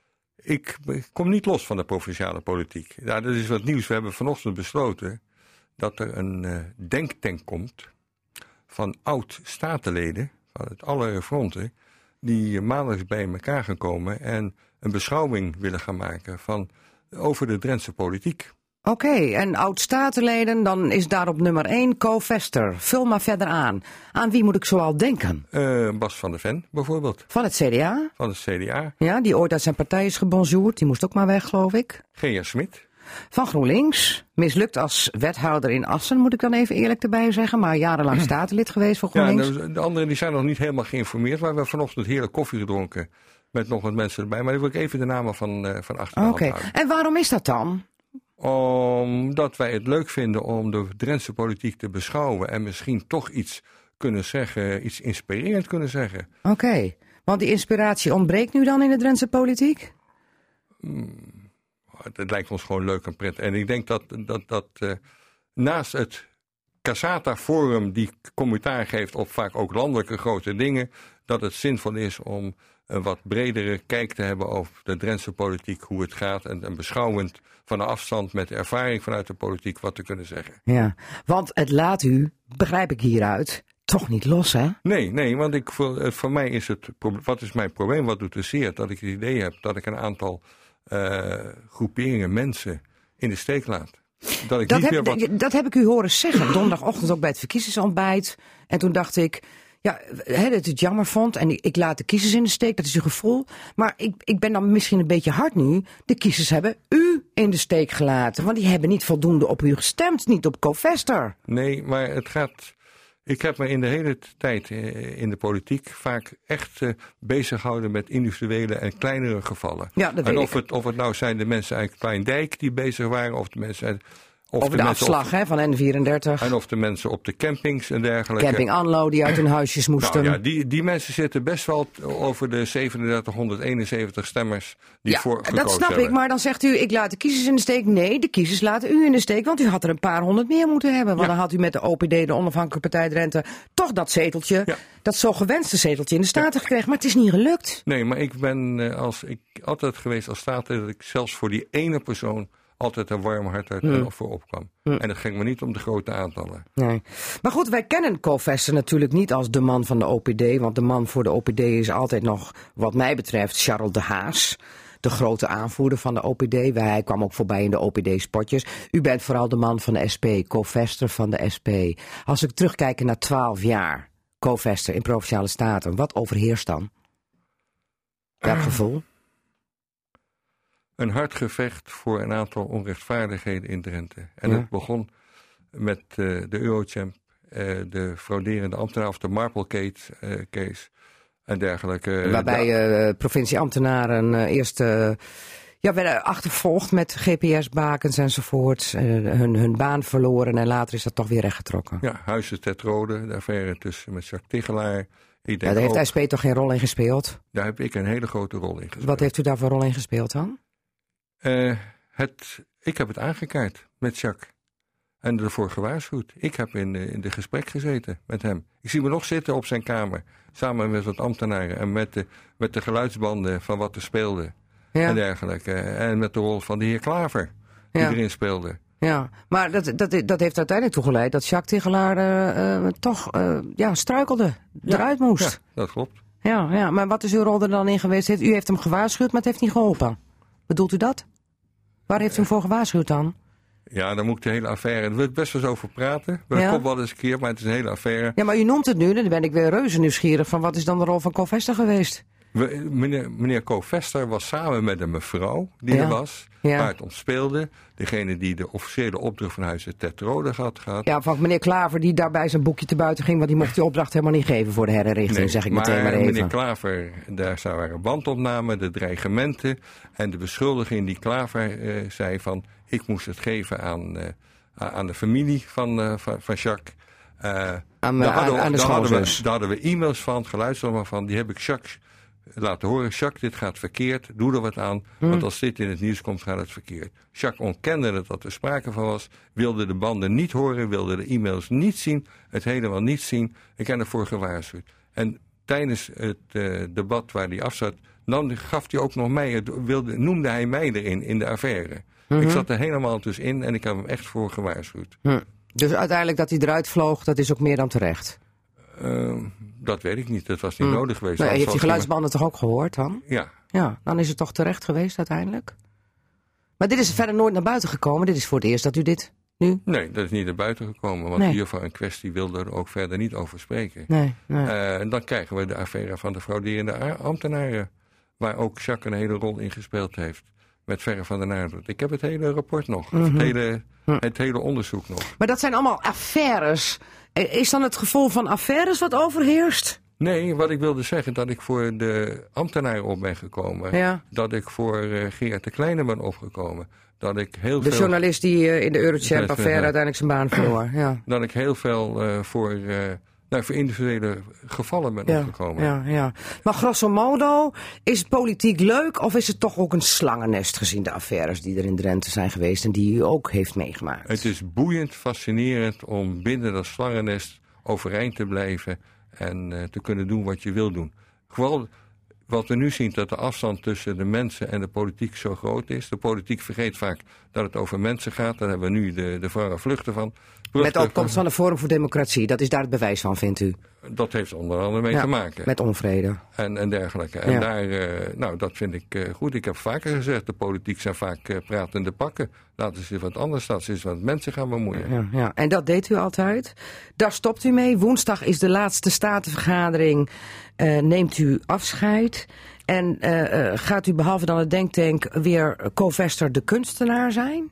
Ik kom niet los van de provinciale politiek. Ja, dat is wat nieuws. We hebben vanochtend besloten dat er een denktank komt van oud-statenleden uit alle fronten, die maandelijks bij elkaar gaan komen en een beschouwing willen gaan maken over de Drentse politiek. Oké, en oud-statenleden, dan is daar op nummer 1 Co-Vester. Vul maar verder aan. Aan wie moet ik zoal denken? Bas van der Ven bijvoorbeeld. Van het CDA? Van het CDA. Ja, die ooit uit zijn partij is gebonjourd. Die moest ook maar weg, geloof ik. G.R. Smit. van GroenLinks. Mislukt als wethouder in Assen, moet ik dan even eerlijk erbij zeggen. Maar jarenlang statenlid geweest voor GroenLinks. Ja, de anderen die zijn nog niet helemaal geïnformeerd. Maar we hebben vanochtend heerlijk koffie gedronken. Met nog wat mensen erbij. Maar dan wil ik even de namen van achteraan Oké. houden. En waarom is dat dan? Omdat wij het leuk vinden om de Drentse politiek te beschouwen. En misschien toch iets kunnen zeggen, iets inspirerend kunnen zeggen. Oké. Want die inspiratie ontbreekt nu dan in de Drentse politiek? Het lijkt ons gewoon leuk en prettig. En ik denk dat naast het Cassata Forum die commentaar geeft op vaak ook landelijke grote dingen, dat het zinvol is om een wat bredere kijk te hebben over de Drentse politiek, hoe het gaat en beschouwend van de afstand met de ervaring vanuit de politiek wat te kunnen zeggen. Ja, want het laat u, begrijp ik hieruit, toch niet los, hè? Nee, want voor mij is het, wat is mijn probleem, wat doet de zeer, dat ik het idee heb dat ik een aantal groeperingen mensen in de steek laat. Dat heb ik u horen zeggen, donderdagochtend ook bij het verkiezingsontbijt. En toen dacht ik, ja, dat ik het jammer vond en ik laat de kiezers in de steek, dat is uw gevoel. Maar ik ben dan misschien een beetje hard nu. De kiezers hebben u in de steek gelaten, want die hebben niet voldoende op u gestemd, niet op Covester. Nee, maar het gaat. Ik heb me in de hele tijd in de politiek vaak echt bezig gehouden met individuele en kleinere gevallen. Ja, dat weet ik. Of het nou zijn de mensen uit Kleindijk die bezig waren, of de mensen uit... Over de afslag van N34. En of de mensen op de campings en dergelijke. Camping Anlo die uit hun huisjes moesten. Nou ja, die mensen zitten best wel over de 3771 stemmers die voor gekozen hebben. Dat snap ik, maar dan zegt u, ik laat de kiezers in de steek. Nee, de kiezers laten u in de steek, want u had er een paar honderd meer moeten hebben. Want dan had u met de OPD, de Onafhankelijke Partij Drenthe, toch dat zeteltje, dat zo gewenste zeteltje in de Staten gekregen. Maar het is niet gelukt. Nee, maar ik ben altijd geweest als Staten dat ik zelfs voor die ene persoon altijd een warm hart uit en voor opkwam. En dat ging me niet om de grote aantallen. Nee. Maar goed, wij kennen Covester natuurlijk niet als de man van de OPD. Want de man voor de OPD is altijd nog, wat mij betreft, Charles de Haas. De grote aanvoerder van de OPD. Hij kwam ook voorbij in de OPD-spotjes. U bent vooral de man van de SP, Covester van de SP. Als ik terugkijk naar 12 jaar Covester in Provinciale Staten, wat overheerst dan? Welk gevoel? Een hard gevecht voor een aantal onrechtvaardigheden in Drenthe. En het begon met de Eurochamp, de frauderende ambtenaar of de Marple case en dergelijke. Waarbij provincieambtenaren eerst werden achtervolgd met GPS-bakens enzovoort. Hun baan verloren en later is dat toch weer rechtgetrokken. Ja, Huizen ter Rode, de affaire tussen met Jacques Tigelaar. Daar heeft SP toch geen rol in gespeeld? Daar heb ik een hele grote rol in gespeeld. Wat heeft u daar voor rol in gespeeld dan? Ik heb het aangekaart met Jacques. En ervoor gewaarschuwd. Ik heb in de gesprek gezeten met hem. Ik zie me nog zitten op zijn kamer. Samen met wat ambtenaren. En met de geluidsbanden van wat er speelde. Ja. En dergelijke. En met de rol van de heer Klaver. Die erin speelde. Ja, maar dat heeft uiteindelijk toegeleid dat Jacques Tigelaar toch struikelde. Eruit moest. Ja, dat klopt. Ja, maar wat is uw rol er dan in geweest? U heeft hem gewaarschuwd, maar het heeft niet geholpen. Bedoelt u dat? Waar heeft u hem voor gewaarschuwd dan? Ja, dan moet ik de hele affaire... Daar wil ik best wel eens over praten. Dat komt wel eens een keer, maar het is een hele affaire. Ja, maar u noemt het nu, dan ben ik weer reuze nieuwsgierig van wat is dan de rol van Covester geweest? Meneer Covester was samen met een mevrouw die er was, waar het om speelde. Degene die de officiële opdracht van Huizen ter Rode had gehad. Ja, van meneer Klaver die daarbij zijn boekje te buiten ging, want die mocht die opdracht helemaal niet geven voor de herinrichting, zeg ik meteen maar even. Meneer Klaver, daar waren bandopnamen, de dreigementen en de beschuldiging die Klaver zei van ik moest het geven aan de familie van Jacques. Daar hadden we e-mails van, geluidsnummers van, die heb ik Jacques laten horen. Jacques, dit gaat verkeerd, doe er wat aan, want als dit in het nieuws komt, gaat het verkeerd. Jacques ontkende dat er sprake van was, wilde de banden niet horen, wilde de e-mails niet zien, het helemaal niet zien. Ik heb ervoor gewaarschuwd. En tijdens het debat waar hij afzat, dan gaf hij ook nog mij, noemde hij mij erin, in de affaire. Ik zat er helemaal tussenin en ik heb hem echt voor gewaarschuwd. Dus uiteindelijk dat hij eruit vloog, dat is ook meer dan terecht? Dat weet ik niet, dat was niet nodig geweest. Nou, heeft die geluidsbanden toch ook gehoord dan? Ja. Ja, dan is het toch terecht geweest uiteindelijk? Maar dit is verder nooit naar buiten gekomen? Dit is voor het eerst dat u dit nu? Nee, dat is niet naar buiten gekomen, want hiervan een kwestie wilde er ook verder niet over spreken. Nee. En dan krijgen we de affaire van de frauderende ambtenaren, waar ook Jacques een hele rol in gespeeld heeft. met verre van de naardoet. Ik heb het hele rapport nog, het hele onderzoek nog. Maar dat zijn allemaal affaires. Is dan het gevoel van affaires wat overheerst? Nee, wat ik wilde zeggen, dat ik voor de ambtenaren op ben gekomen. Ja. Dat ik voor Gerard de Kleine ben opgekomen. Dat ik heel De veel... journalist die in de Eurochamp-affaire uiteindelijk zijn baan verloor. Ja. Dat ik heel veel voor individuele gevallen ben opgekomen. Ja. Maar grosso modo, is politiek leuk of is het toch ook een slangennest gezien de affaires die er in Drenthe zijn geweest en die u ook heeft meegemaakt? Het is boeiend, fascinerend om binnen dat slangennest overeind te blijven en te kunnen doen wat je wil doen. Gewoon wat we nu zien, dat de afstand tussen de mensen en de politiek zo groot is. De politiek vergeet vaak dat het over mensen gaat. Daar hebben we nu de verre vluchten van. Met de opkomst van de Forum voor Democratie, dat is daar het bewijs van, vindt u? Dat heeft onder andere mee te maken. Met onvrede. En dergelijke. En daar, dat vind ik goed. Ik heb vaker gezegd, de politiek zijn vaak pratende pakken. Laten ze wat anders, laten ze eens wat mensen gaan bemoeien. Ja. En dat deed u altijd. Daar stopt u mee. Woensdag is de laatste statenvergadering. Neemt u afscheid. En gaat u behalve dan het denktank weer co-vester de kunstenaar zijn?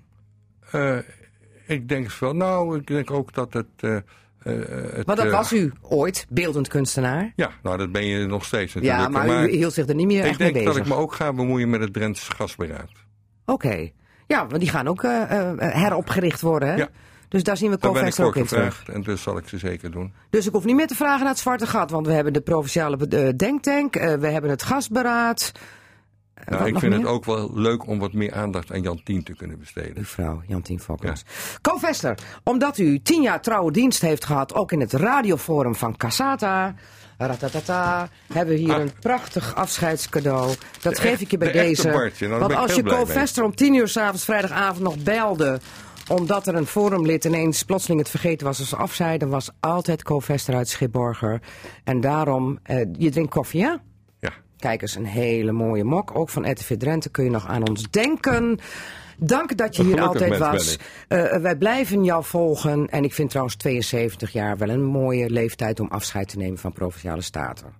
Ik denk wel. Nou, ik denk ook dat het... Maar dat was u ooit, beeldend kunstenaar? Ja, nou dat ben je nog steeds natuurlijk. Ja, maar u hield zich er niet meer echt mee bezig. Ik denk dat ik me ook ga bemoeien met het Drentse Gasberaad. Oké. Ja, want die gaan ook heropgericht worden, hè? Ja. Dus daar zien we co-vester ook in terug. En dus zal ik ze zeker doen. Dus ik hoef niet meer te vragen naar het zwarte gat, want we hebben de provinciale denktank, we hebben het gasberaad. Nou, ik vind het ook wel leuk om wat meer aandacht aan Jantien te kunnen besteden. Uw vrouw, Jantien Fokkens. Ja. Co-vester, omdat u 10 jaar trouwe dienst heeft gehad, ook in het radioforum van Cassata, hebben we hier een prachtig afscheidscadeau. Dat geef ik je bij deze. Bartje, nou, want als je co-vester om 10 uur 's avonds vrijdagavond nog belde, omdat er een forumlid ineens plotseling het vergeten was als ze af zei, dan was altijd co-vester uit Schipborger. En daarom, je drinkt koffie, hè? Ja. Kijk eens, een hele mooie mok. Ook van RTV Drenthe kun je nog aan ons denken. Dank dat je hier altijd was. Wij blijven jou volgen. En ik vind trouwens 72 jaar wel een mooie leeftijd om afscheid te nemen van Provinciale Staten.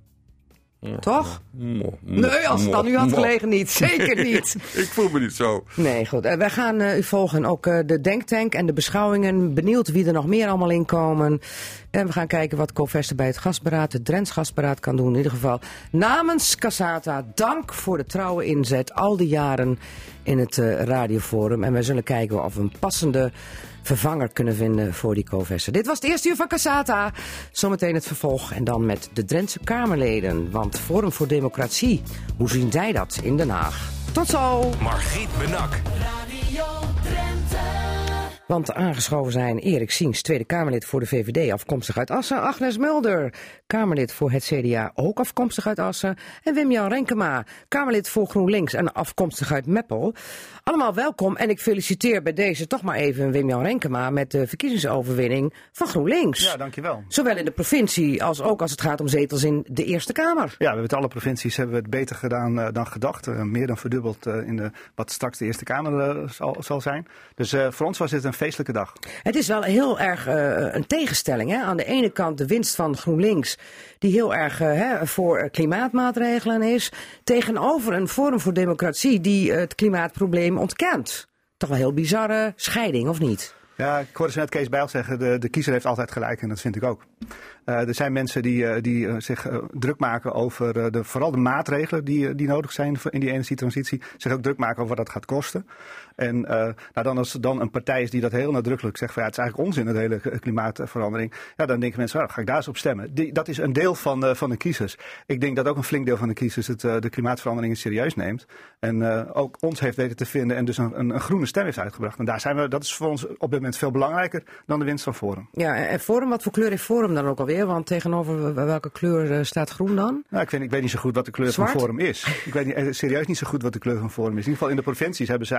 Toch? Nee, als het dan nu had gelegen niet. Zeker niet. Ik voel me niet zo. Nee, goed. Wij gaan u volgen. Ook de denktank en de beschouwingen. Benieuwd wie er nog meer allemaal in komen. En we gaan kijken wat co-vester bij het gasberaad, het Drents gasberaad kan doen. In ieder geval namens Cassata, dank voor de trouwe inzet. Al die jaren in het radioforum. En wij zullen kijken of we een passende vervanger kunnen vinden voor die co-vester. Dit was het eerste uur van Cassata. Zometeen het vervolg en dan met de Drentse Kamerleden. Want Forum voor Democratie, hoe zien zij dat in Den Haag? Tot zo! Margriet Benak. Radio Drenthe. Want aangeschoven zijn Erik Siens, Tweede Kamerlid voor de VVD, afkomstig uit Assen. Agnes Mulder, Kamerlid voor het CDA, ook afkomstig uit Assen. En Wim-Jan Renkema, Kamerlid voor GroenLinks en afkomstig uit Meppel. Allemaal welkom en ik feliciteer bij deze toch maar even Wim-Jan Renkema met de verkiezingsoverwinning van GroenLinks. Ja, dankjewel. Zowel in de provincie als ook als het gaat om zetels in de Eerste Kamer. Ja, we hebben het alle provincies hebben we het beter gedaan dan gedacht. Meer dan verdubbeld in wat straks de Eerste Kamer zal zijn. Dus voor ons was dit een feestelijke dag. Het is wel heel erg een tegenstelling. Hè? Aan de ene kant de winst van GroenLinks, die heel erg voor klimaatmaatregelen is, tegenover een Forum voor Democratie die het klimaatprobleem ontkent. Toch wel een heel bizarre scheiding, of niet? Ja, ik hoorde ze net Kees Bijl zeggen, de kiezer heeft altijd gelijk en dat vind ik ook. Er zijn mensen die zich druk maken over vooral de maatregelen die nodig zijn in die energietransitie. Zich ook druk maken over wat dat gaat kosten. En als er dan een partij is die dat heel nadrukkelijk zegt van ja, het is eigenlijk onzin, het hele klimaatverandering. Ja, dan denken mensen, ga ik daar eens op stemmen. Dat is een deel van de kiezers. Ik denk dat ook een flink deel van de kiezers de klimaatverandering serieus neemt. En ook ons heeft weten te vinden en dus een groene stem heeft uitgebracht. En dat is voor ons op dit moment veel belangrijker dan de winst van Forum. Ja, en Forum, wat voor kleur heeft Forum dan ook alweer? Want tegenover welke kleur staat groen dan? Nou, ik weet niet zo goed wat de kleur Zwart? van Forum is. Ik weet serieus niet zo goed wat de kleur van Forum is. In ieder geval in de provincies hebben ze eigenlijk niks van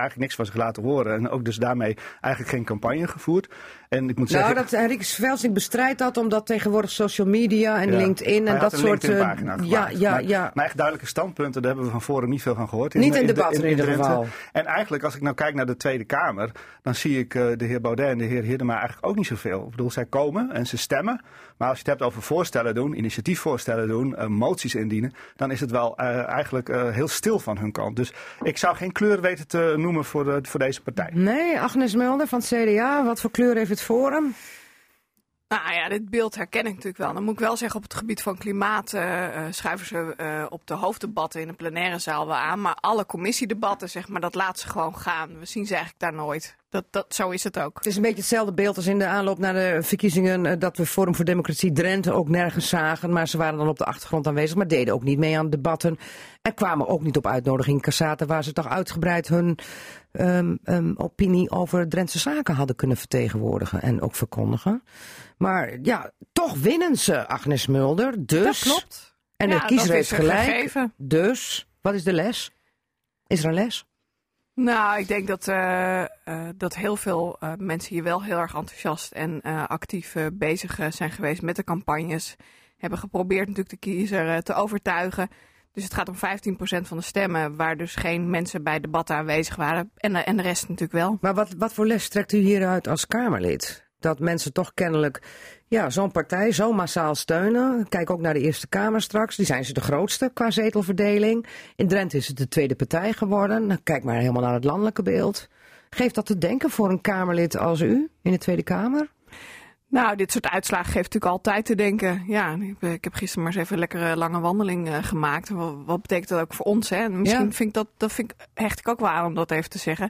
van zich laten horen. En ook dus daarmee eigenlijk geen campagne gevoerd. En ik moet zeggen... Nou, Rieke Velsink bestrijdt dat omdat tegenwoordig social media en LinkedIn en dat soort... Maar echt duidelijke standpunten, daar hebben we van Forum niet veel van gehoord. Niet in debat in ieder geval. En eigenlijk, als ik nou kijk naar de Tweede Kamer, dan zie ik de heer Baudet en de heer Hiddema eigenlijk ook niet zoveel. Ik bedoel, zij komen en ze stemmen. Maar als je het hebt over voorstellen doen, initiatiefvoorstellen doen, moties indienen, dan is het wel eigenlijk heel stil van hun kant. Dus ik zou geen kleur weten te noemen voor deze partij. Nee, Agnes Mulder van het CDA, wat voor kleur heeft het Forum? Nou ja, dit beeld herken ik natuurlijk wel. Dan moet ik wel zeggen, op het gebied van klimaat schuiven ze op de hoofddebatten in de plenaire zaal wel aan. Maar alle commissiedebatten, zeg maar, dat laten ze gewoon gaan. We zien ze eigenlijk daar nooit. Zo is het ook. Het is een beetje hetzelfde beeld als in de aanloop naar de verkiezingen, dat we Forum voor Democratie Drenthe ook nergens zagen. Maar ze waren dan op de achtergrond aanwezig, maar deden ook niet mee aan debatten. En kwamen ook niet op uitnodiging in Cassata, waar ze toch uitgebreid hun opinie over Drentse zaken hadden kunnen vertegenwoordigen en ook verkondigen. Maar ja, toch winnen ze, Agnes Mulder. Dus, dat klopt. En de kiezer heeft gelijk. Gegeven. Dus, wat is de les? Is er een les? Nou, ik denk dat heel veel mensen hier wel heel erg enthousiast en actief bezig zijn geweest met de campagnes. Hebben geprobeerd natuurlijk de kiezer te overtuigen. Dus het gaat om 15% van de stemmen, waar dus geen mensen bij debatten aanwezig waren. En de rest natuurlijk wel. Maar wat voor les trekt u hieruit als Kamerlid? Dat mensen toch kennelijk zo'n partij zo massaal steunen. Kijk ook naar de Eerste Kamer straks. Die zijn ze de grootste qua zetelverdeling. In Drenthe is het de tweede partij geworden. Nou, kijk maar helemaal naar het landelijke beeld. Geeft dat te denken voor een Kamerlid als u in de Tweede Kamer? Nou, dit soort uitslagen geeft natuurlijk altijd te denken. Ja, ik heb gisteren maar eens even een lekkere lange wandeling gemaakt. Wat betekent dat ook voor ons? Hè? Misschien hecht ik ook wel aan om dat even te zeggen.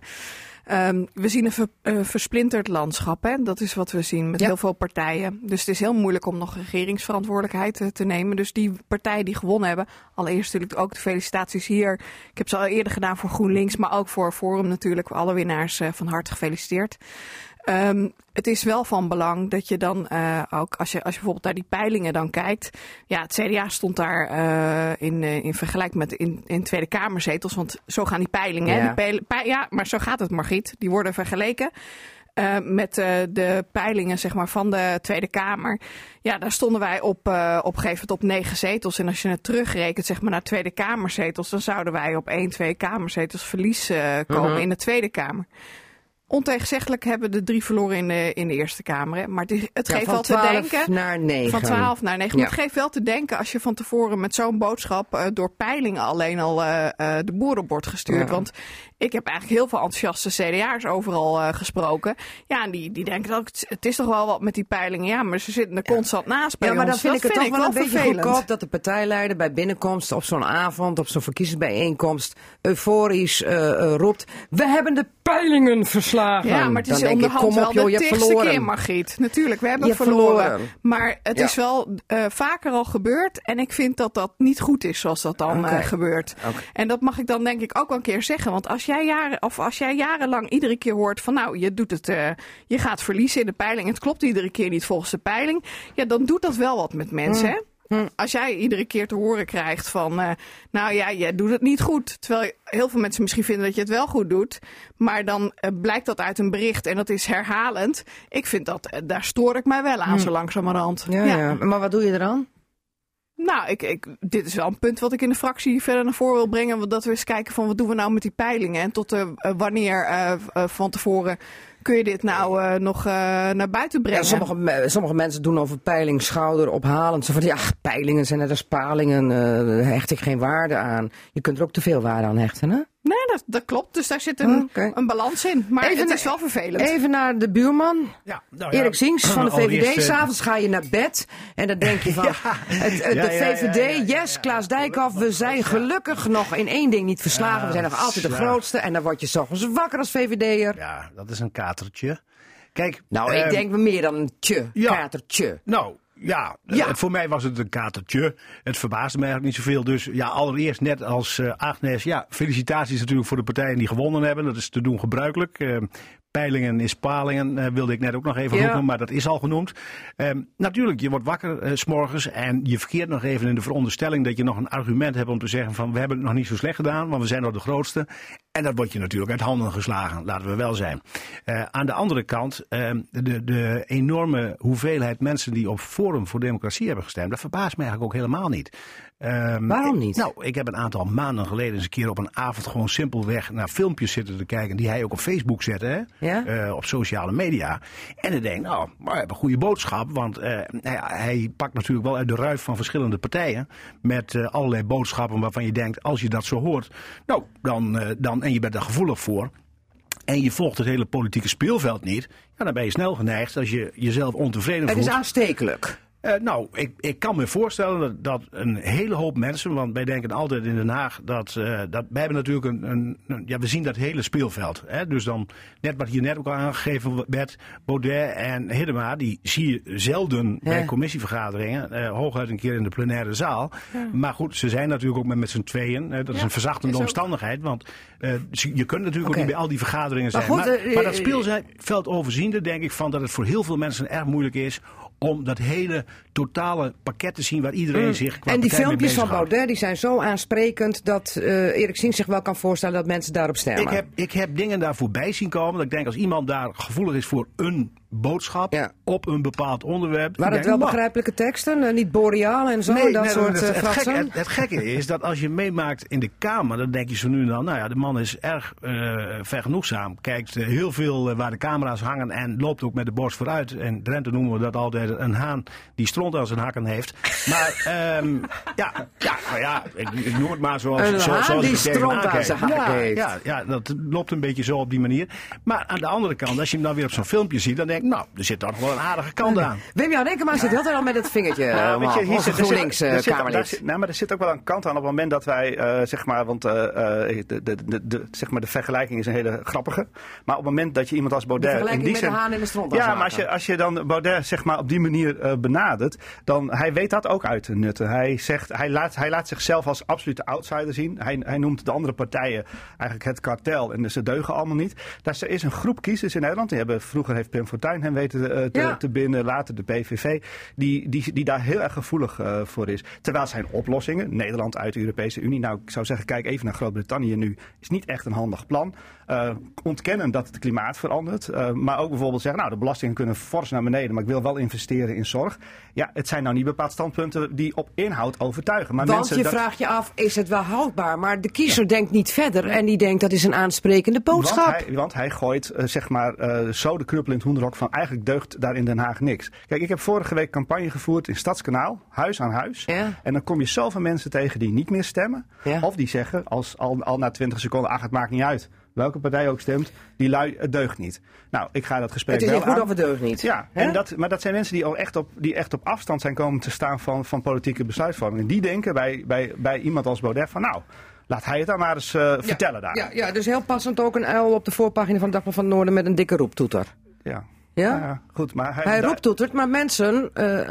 We zien een versplinterd landschap. Hè? Dat is wat we zien met heel veel partijen. Dus het is heel moeilijk om nog regeringsverantwoordelijkheid te nemen. Dus die partijen die gewonnen hebben, allereerst natuurlijk ook de felicitaties hier. Ik heb ze al eerder gedaan voor GroenLinks, maar ook voor Forum natuurlijk. Alle winnaars van harte gefeliciteerd. Het is wel van belang dat je dan ook, als je bijvoorbeeld naar die peilingen dan kijkt. Ja, het CDA stond daar in vergelijking met in Tweede Kamerzetels. Want zo gaan die peilingen. Ja. Maar zo gaat het, Margriet. Die worden vergeleken met de peilingen, zeg maar, van de Tweede Kamer. Ja, daar stonden wij op een gegeven moment op 9 zetels. En als je het terugrekent, zeg maar, naar Tweede Kamerzetels, dan zouden wij op 2 Kamerzetels verlies komen in de Tweede Kamer. Ontegenzeggelijk hebben de 3 verloren in de Eerste Kamer. Hè. Maar het geeft wel te denken. Naar 9. Van 12 naar 9. Ja. Maar het geeft wel te denken als je van tevoren met zo'n boodschap door peilingen alleen al de boer op wordt gestuurd. Ja. Want ik heb eigenlijk heel veel enthousiaste CDA'ers overal gesproken. Ja, en die denken ook, het is toch wel wat met die peilingen. Ja, maar ze zitten er constant naast bij ons. Maar dan vind ik het toch wel een beetje goedkoop dat de partijleider bij binnenkomst op zo'n avond, op zo'n verkiezingsbijeenkomst, euforisch roept: we hebben de peilingen verslagen. Ja, maar het is onderhand wel de tigste keer, Margriet. Natuurlijk, we hebben verloren. Maar het is wel vaker al gebeurd. En ik vind dat dat niet goed is zoals dat dan gebeurt. Okay. En dat mag ik dan denk ik ook wel een keer zeggen. Want als jij jarenlang iedere keer hoort van nou, je doet het, je gaat verliezen in de peiling. Het klopt iedere keer niet volgens de peiling. Ja, dan doet dat wel wat met mensen, hè? Als jij iedere keer te horen krijgt van, nou ja, jij doet het niet goed. Terwijl heel veel mensen misschien vinden dat je het wel goed doet. Maar dan blijkt dat uit een bericht en dat is herhalend. Ik vind dat, daar stoor ik mij wel aan zo langzamerhand. Ja. Maar wat doe je eraan? Nou, dit is wel een punt wat ik in de fractie verder naar voren wil brengen. Dat we eens kijken van wat doen we nou met die peilingen. En tot wanneer van tevoren kun je dit nou nog naar buiten brengen? Ja, sommige mensen doen over peiling schouderophalend. Zo van, peilingen zijn net als palingen, daar hecht ik geen waarde aan. Je kunt er ook te veel waarde aan hechten, hè? Nee, dat klopt. Dus daar zit een balans in. Maar het is wel vervelend. Even naar de buurman. Erik Zinks van de VVD. S'avonds ga je naar bed. En dan denk je van, de VVD, Klaas Dijkhoff, we zijn gelukkig nog in één ding niet verslagen. We zijn nog altijd de grootste. En dan word je 's ochtends wakker als VVD'er. Ja, dat is een katertje. Kijk, ik denk meer dan een katertje. Nou, ja, voor mij was het een katertje. Het verbaasde me eigenlijk niet zoveel. Dus allereerst net als Agnes, felicitaties natuurlijk voor de partijen die gewonnen hebben. Dat is te doen gebruikelijk. peilingen is palingen, wilde ik net ook nog even roepen, maar dat is al genoemd. Natuurlijk, je wordt wakker 's morgens en je verkeert nog even in de veronderstelling dat je nog een argument hebt om te zeggen van we hebben het nog niet zo slecht gedaan, want we zijn nog de grootste. En dat wordt je natuurlijk uit handen geslagen, laten we wel zijn. Aan de andere kant, de enorme hoeveelheid mensen die op Forum voor Democratie hebben gestemd, dat verbaast me eigenlijk ook helemaal niet. Waarom niet? Nou, ik heb een aantal maanden geleden eens een keer op een avond gewoon simpelweg naar filmpjes zitten te kijken die hij ook op Facebook zette, hè? Ja? Op sociale media. En dan denk ik, nou, maar we hebben een goede boodschap, want hij pakt natuurlijk wel uit de ruif van verschillende partijen met allerlei boodschappen waarvan je denkt, als je dat zo hoort, nou, dan en je bent daar gevoelig voor. En je volgt het hele politieke speelveld niet. Ja, dan ben je snel geneigd als je jezelf ontevreden voelt. Het is aanstekelijk. Ik kan me voorstellen dat een hele hoop mensen, want wij denken altijd in Den Haag dat wij hebben natuurlijk we zien dat hele speelveld. Hè? Dus dan, net wat hier net ook al aangegeven werd, Baudet en Hiddema, die zie je zelden bij commissievergaderingen, hooguit een keer in de plenaire zaal. Ja. Maar goed, ze zijn natuurlijk ook met z'n tweeën. Dat is een verzachtende omstandigheid, want je kunt natuurlijk ook niet bij al die vergaderingen zijn. Maar dat speelveld overziende denk ik van dat het voor heel veel mensen erg moeilijk is om dat hele totale pakket te zien waar iedereen zich qua En die partij filmpjes mee van Baudet die zijn zo aansprekend dat Erik Sien zich wel kan voorstellen dat mensen daarop stemmen. Ik heb dingen daar voorbij zien komen. Dat ik denk als iemand daar gevoelig is voor een boodschap op een bepaald onderwerp. Waren het wel begrijpelijke teksten? Niet boreaal en zo? Het gekke is dat als je meemaakt in de Kamer, dan denk je zo nu en dan, nou ja, de man is erg vergenoegzaam. Kijkt heel veel waar de camera's hangen en loopt ook met de borst vooruit. In Drenthe noemen we dat altijd een haan die stront aan zijn hakken heeft. Maar ik noem het maar zoals die stront aan zijn hakken heeft. Ja, dat loopt een beetje zo op die manier. Maar aan de andere kant, als je hem dan weer op zo'n filmpje ziet, dan denk ik, nou, er zit toch wel een aardige kant aan. Wim-Jan Renkema zit altijd al met het vingertje. Onze GroenLinks Kamerlid. Maar er zit ook wel een kant aan op het moment dat wij, want de vergelijking is een hele grappige. Maar op het moment dat je iemand als Baudet... De vergelijking met de haan in de stront. Ja, maar als je dan Baudet zeg maar op die manier benadert, dan hij weet dat ook uit te nutten. Hij laat zichzelf als absolute outsider zien. Hij noemt de andere partijen eigenlijk het kartel en ze deugen allemaal niet. Er is een groep kiezers in Nederland, vroeger heeft Pim Fortuyn hem weten te binden, later de PVV, die daar heel erg gevoelig voor is. Terwijl zijn oplossingen, Nederland uit de Europese Unie, nou ik zou zeggen, kijk even naar Groot-Brittannië nu, is niet echt een handig plan. Ontkennen dat het klimaat verandert, maar ook bijvoorbeeld zeggen, nou de belastingen kunnen fors naar beneden, maar ik wil wel investeren in zorg. Ja, het zijn nou niet bepaald standpunten die op inhoud overtuigen. Maar want je vraagt je af, is het wel houdbaar? Maar de kiezer denkt niet verder en die denkt dat is een aansprekende boodschap. Want hij gooit zo de kruppel in het hoenderhok van eigenlijk deugt daar in Den Haag niks. Kijk, ik heb vorige week campagne gevoerd in Stadskanaal, huis aan huis. Ja. En dan kom je zoveel mensen tegen die niet meer stemmen. Ja. Of die zeggen, al na 20 seconden, het maakt niet uit. Welke partij ook stemt, die lui, het deugt niet. Nou, ik ga dat gesprek wel aan. Het is niet goed of het deugt niet. Ja, maar dat zijn mensen die al echt op afstand zijn komen te staan van politieke besluitvorming. Die denken bij iemand als Baudet van nou, laat hij het dan maar eens vertellen daar. Ja, dus heel passend ook een uil op de voorpagina van Dagblad van het Noorden met een dikke roeptoeter. Ja. Ja? Goed, maar hij roeptoetert, maar mensen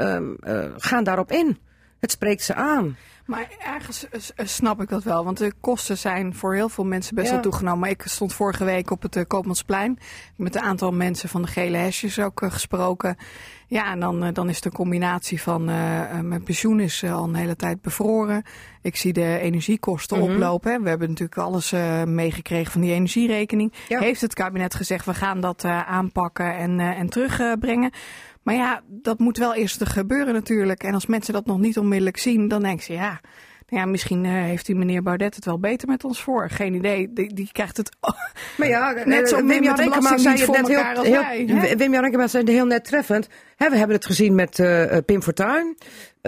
gaan daarop in. Het spreekt ze aan. Maar ergens snap ik dat wel, want de kosten zijn voor heel veel mensen best wel toegenomen. Ik stond vorige week op het Koopmansplein met een aantal mensen van de gele hesjes ook gesproken. Ja, en dan is het een combinatie van mijn pensioen is al een hele tijd bevroren. Ik zie de energiekosten oplopen. Hè. We hebben natuurlijk alles meegekregen van die energierekening. Ja. Heeft het kabinet gezegd, we gaan dat aanpakken en terugbrengen. Maar ja, dat moet wel eerst gebeuren natuurlijk. En als mensen dat nog niet onmiddellijk zien, dan denken ze misschien heeft die meneer Baudet het wel beter met ons voor. Geen idee, die krijgt het maar ja, net zo Wim-Jan Renkema zei het net Wim-Jan Renkema zei het heel net treffend. We hebben het gezien met Pim Fortuyn.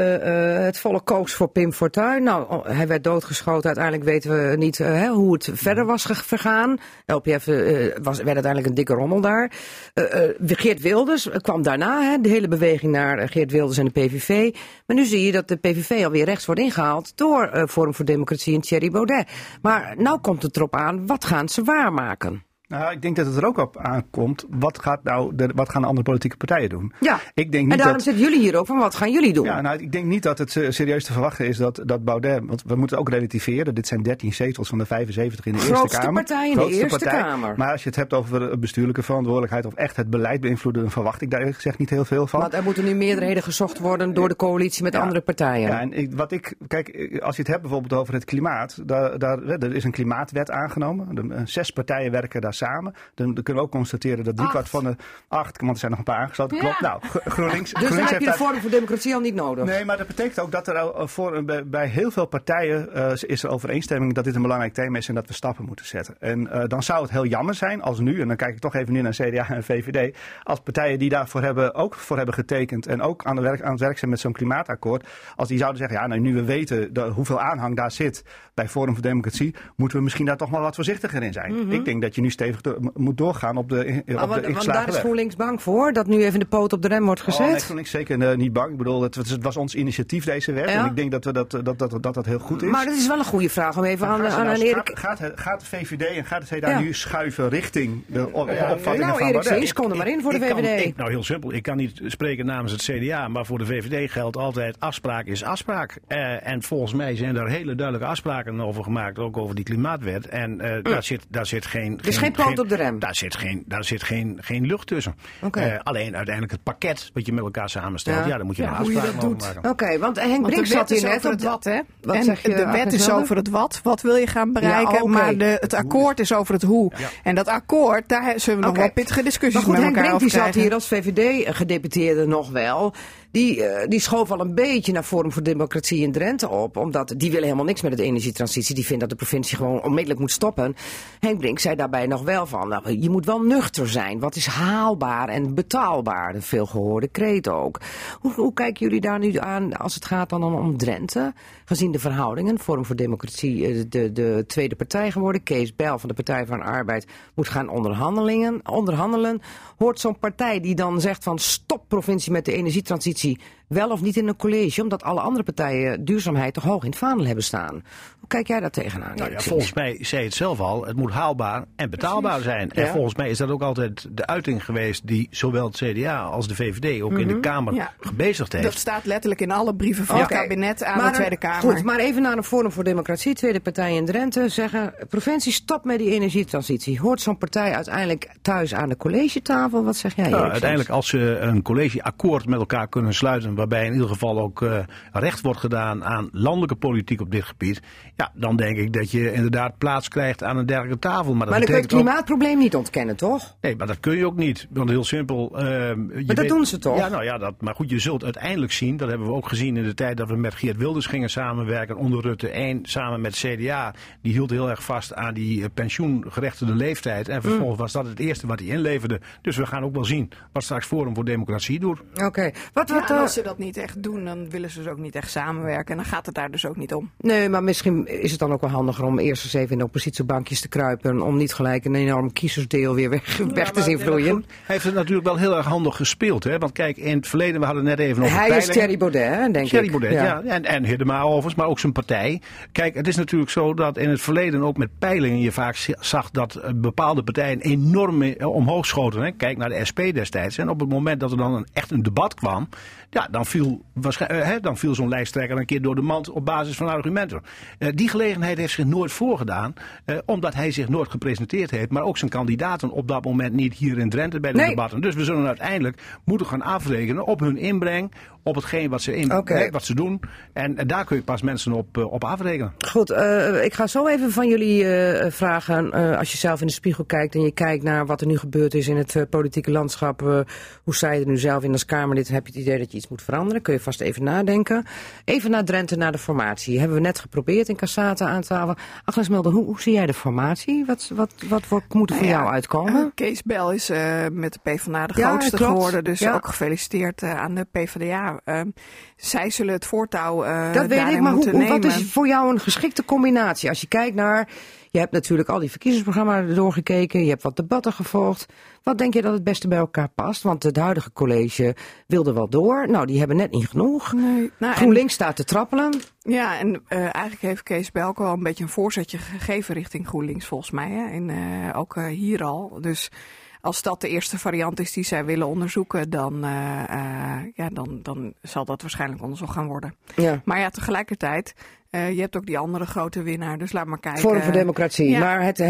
Het volk koos voor Pim Fortuyn. Nou, hij werd doodgeschoten. Uiteindelijk weten we niet hoe het verder was vergaan. LPF werd uiteindelijk een dikke rommel daar. Geert Wilders kwam daarna. De hele beweging naar Geert Wilders en de PVV. Maar nu zie je dat de PVV alweer rechts wordt ingehaald door Forum voor Democratie en Thierry Baudet. Maar nou komt het erop aan, wat gaan ze waarmaken? Nou, ik denk dat het er ook op aankomt. Wat gaan de andere politieke partijen doen? Ja, ik denk niet en daarom zitten jullie hier ook van wat gaan jullie doen? Ja, nou, ik denk niet dat het serieus te verwachten is dat Baudet... Want we moeten ook relativeren. Dit zijn 13 zetels van de 75 in de Eerste Kamer. Grootste partij in de Eerste Kamer. Maar als je het hebt over bestuurlijke verantwoordelijkheid... of echt het beleid beïnvloeden... dan verwacht ik daar eerlijk gezegd niet heel veel van. Want er moeten nu meerderheden gezocht worden door de coalitie met andere partijen. Ja, en kijk, als je het hebt bijvoorbeeld over het klimaat... Er is een klimaatwet aangenomen. 6 partijen werken daar samen. Dan kunnen we ook constateren dat 3/4 van de 8... want er zijn nog een paar aangesloten. Klopt. Nou, GroenLinks... Dus dan heb je de Forum voor Democratie al niet nodig? Nee, maar dat betekent ook dat er bij heel veel partijen... is er overeenstemming dat dit een belangrijk thema is... en dat we stappen moeten zetten. En dan zou het heel jammer zijn als nu... en dan kijk ik toch even nu naar CDA en VVD... als partijen die daarvoor ook voor hebben getekend... en ook aan het werk zijn met zo'n klimaatakkoord... als die zouden zeggen, ja, nou, nu we weten hoeveel aanhang daar zit... bij Forum voor Democratie... moeten we misschien daar toch maar wat voorzichtiger in zijn. Ik denk dat je nu stevig moet doorgaan op de ingeslagen weg. Want daar is GroenLinks bang voor, dat nu even de poot op de rem wordt gezet? Nee, GroenLinks zeker niet bang. Ik bedoel, het was ons initiatief, deze wet. Ja? En ik denk dat heel goed is. Maar dat is wel een goede vraag om even aan Erik... Gaat de VVD en gaat de CDA nu schuiven richting de opvattingen van Erik Baudet? Kom er maar in voor de VVD. Nou, heel simpel. Ik kan niet spreken namens het CDA, maar voor de VVD geldt altijd afspraak is afspraak. En volgens mij zijn daar hele duidelijke afspraken over gemaakt, ook over die klimaatwet. En daar zit geen... Dus geen poot op de rem? Daar zit geen lucht tussen. Okay. Alleen uiteindelijk het pakket wat je met elkaar samenstelt, daar moet je een afspraak over maken. Oké, want Henk Brink zat hier net op het wat, hè? Wat zeg je, de wet is over het wat wil je gaan bereiken, maar het akkoord is over het hoe. Ja. En dat akkoord, daar zullen we nog wel pittige discussies met elkaar over krijgen. Henk Brink die zat hier als VVD-gedeputeerde nog wel. Die schoof al een beetje naar Forum voor Democratie in Drenthe op. Omdat die willen helemaal niks met de energietransitie. Die vinden dat de provincie gewoon onmiddellijk moet stoppen. Henk Brink zei daarbij nog wel van, nou, je moet wel nuchter zijn. Wat is haalbaar en betaalbaar? Een veelgehoorde kreet ook. Hoe kijken jullie daar nu aan als het gaat dan om Drenthe? Gezien de verhoudingen, Forum voor Democratie de tweede partij geworden. Kees Bijl van de Partij van de Arbeid moet gaan onderhandelen. Hoort zo'n partij die dan zegt van stop provincie met de energietransitie wel of niet in een college, omdat alle andere partijen duurzaamheid toch hoog in het vaandel hebben staan. Hoe kijk jij daar tegenaan? Nou ja, volgens mij zei het zelf al, het moet haalbaar en betaalbaar zijn. En volgens mij is dat ook altijd de uiting geweest die zowel het CDA als de VVD ook in de Kamer gebezigd heeft. Dat staat letterlijk in alle brieven van het kabinet aan de Tweede Kamer. Goed, maar even naar een Forum voor Democratie, tweede partij in Drenthe, zeggen provincie stop met die energietransitie. Hoort zo'n partij uiteindelijk thuis aan de collegetafel? Wat zeg jij? Nou, uiteindelijk als ze een collegeakkoord met elkaar kunnen sluiten, waarbij in ieder geval ook recht wordt gedaan aan landelijke politiek op dit gebied, ja, dan denk ik dat je inderdaad plaats krijgt aan een dergelijke tafel. Maar dan kun je het klimaatprobleem niet ontkennen, toch? Nee, maar dat kun je ook niet. Want heel simpel... maar dat doen ze toch? Ja, nou ja, maar goed, je zult uiteindelijk zien, dat hebben we ook gezien in de tijd dat we met Geert Wilders gingen samenwerken onder Rutte 1, samen met CDA. Die hield heel erg vast aan die pensioengerechtigde leeftijd. En vervolgens was dat het eerste wat hij inleverde. Dus we gaan ook wel zien wat straks Forum voor Democratie doet. Oké. Als ze dat niet echt doen, dan willen ze dus ook niet echt samenwerken. En dan gaat het daar dus ook niet om. Nee, maar misschien is het dan ook wel handiger om eerst eens even in de oppositiebankjes te kruipen. Om niet gelijk een enorm kiezersdeel weer weg te zien vloeien. Hij heeft het natuurlijk wel heel erg handig gespeeld. Hè? Want kijk, in het verleden, we hadden net even over Hij peilingen. is Thierry Baudet, hè, denk ik. Thierry Baudet, ja. En Hiddema overigens, maar ook zijn partij. Kijk, het is natuurlijk zo dat in het verleden ook met peilingen je vaak zag dat bepaalde partijen enorm omhoog schoten. Hè? Kijk naar de SP destijds. En op het moment dat er dan echt een debat kwam, ja, dan viel zo'n lijsttrekker een keer door de mand op basis van argumenten. Die gelegenheid heeft zich nooit voorgedaan, omdat hij zich nooit gepresenteerd heeft, maar ook zijn kandidaten op dat moment niet hier in Drenthe bij de debatten. Dus we zullen uiteindelijk moeten gaan afrekenen op hun inbreng, op hetgeen wat ze doen. En daar kun je pas mensen op afrekenen. Goed, ik ga zo even van jullie vragen, als je zelf in de spiegel kijkt en je kijkt naar wat er nu gebeurd is in het politieke landschap, hoe sta je er nu zelf in als Kamerlid? Heb je het idee dat je iets moet veranderen? Kun je vast even nadenken. Even naar Drenthe, naar de formatie. Hebben we net geprobeerd in Cassata aan tafel. Agnes Mulder, hoe zie jij de formatie? Wat moet er voor jou uitkomen? Kees Bijl is met de PvdA de grootste geworden. Dus ook gefeliciteerd aan de PvdA. zij zullen het voortouw dat weet ik, maar nemen. Wat is voor jou een geschikte combinatie? Als je kijkt naar, je hebt natuurlijk al die verkiezingsprogramma's doorgekeken, je hebt wat debatten gevolgd. Wat denk je dat het beste bij elkaar past? Want het huidige college wilde wel door. Nou, die hebben net niet genoeg. Nee. Nou, GroenLinks staat te trappelen. Ja, en eigenlijk heeft Kees Belk wel een beetje een voorzetje gegeven richting GroenLinks volgens mij. Hè? En ook hier al. Dus als dat de eerste variant is die zij willen onderzoeken, dan zal dat waarschijnlijk onderzocht gaan worden. Ja. Maar ja, tegelijkertijd, je hebt ook die andere grote winnaar, dus laat maar kijken. Forum voor Democratie, ja. Maar het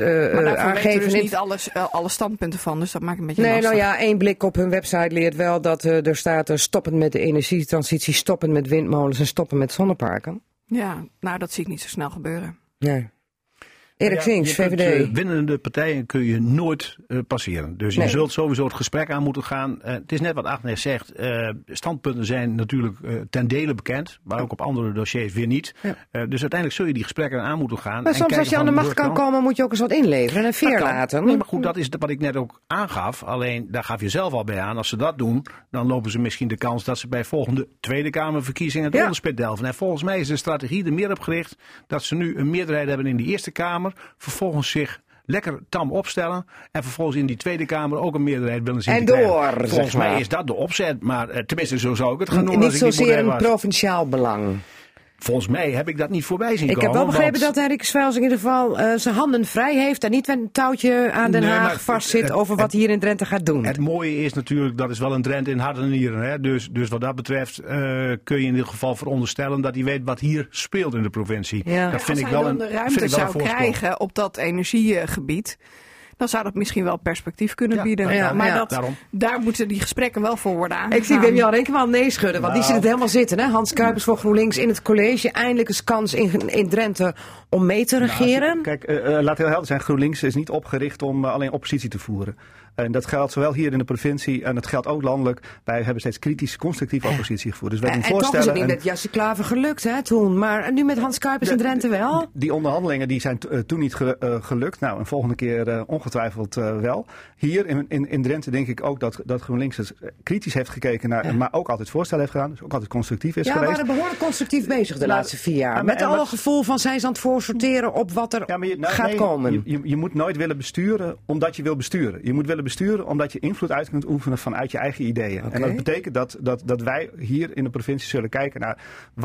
aangeven weten dus niet alle standpunten van, dus dat maakt een beetje lastig. Nou ja, één blik op hun website leert wel dat er staat stoppen met de energietransitie, stoppen met windmolens en stoppen met zonneparken. Ja, nou dat zie ik niet zo snel gebeuren. Nee. Erik Sinks, VVD. Winnende partijen kun je nooit passeren. Dus je zult sowieso het gesprek aan moeten gaan. Het is net wat Agnes zegt. Standpunten zijn natuurlijk ten dele bekend. Maar ook op andere dossiers weer niet. Ja. Dus uiteindelijk zul je die gesprekken aan moeten gaan. Maar soms als je aan de macht kan komen moet je ook eens wat inleveren. En een veer laten. Nee, maar goed, dat is wat ik net ook aangaf. Alleen daar gaf je zelf al bij aan. Als ze dat doen, dan lopen ze misschien de kans dat ze bij volgende Tweede Kamerverkiezingen het onderspit delven. En volgens mij is de strategie er meer op gericht dat ze nu een meerderheid hebben in de Eerste Kamer. Vervolgens zich lekker tam opstellen. En vervolgens in die Tweede Kamer ook een meerderheid willen zien. En door. Volgens mij is dat de opzet. Maar tenminste, zo zou ik het gaan noemen. Niet zozeer een provinciaal belang. Volgens mij heb ik dat niet voorbij zien komen. Ik heb wel begrepen dat Erik Swijls in ieder geval zijn handen vrij heeft. En niet met een touwtje aan Den Haag vastzit over wat hij hier in Drenthe gaat doen. Het mooie is natuurlijk, dat is wel een Drenthe in hart en nieren. Hè? Dus wat dat betreft kun je in ieder geval veronderstellen dat hij weet wat hier speelt in de provincie. Ja. Dat vind ik wel een ruimte vind ik wel zou krijgen op dat energiegebied. Dan zou dat misschien wel perspectief kunnen bieden. Ja, maar daar moeten die gesprekken wel voor worden aangegaan. Ik zie Wim-Jan Renkema nee schudden, want die zit het helemaal zitten. Hè? Hans Kuipers voor GroenLinks in het college. Eindelijk eens kans in Drenthe om mee te regeren. Kijk, laat heel helder zijn. GroenLinks is niet opgericht om alleen oppositie te voeren. En dat geldt zowel hier in de provincie en het geldt ook landelijk. Wij hebben steeds kritisch, constructieve oppositie gevoerd. Dus wij doen voorstellen. Toch is het niet met Jasje Klaver gelukt hè, toen. Maar nu met Hans Kuipers in Drenthe wel? Die onderhandelingen die zijn toen niet gelukt. Nou, een volgende keer ongetwijfeld wel. Hier in Drenthe denk ik ook dat GroenLinks het kritisch heeft gekeken naar, maar ook altijd voorstellen heeft gedaan. Dus ook altijd constructief is geweest. Ja, we waren behoorlijk constructief bezig de laatste 4 jaar. Met alle gevoel van zijn ze aan het voorsorteren op wat er gaat komen. Je moet nooit willen besturen omdat je wil besturen. Je moet willen besturen omdat je invloed uit kunt oefenen vanuit je eigen ideeën. Okay. En dat betekent dat wij hier in de provincie zullen kijken naar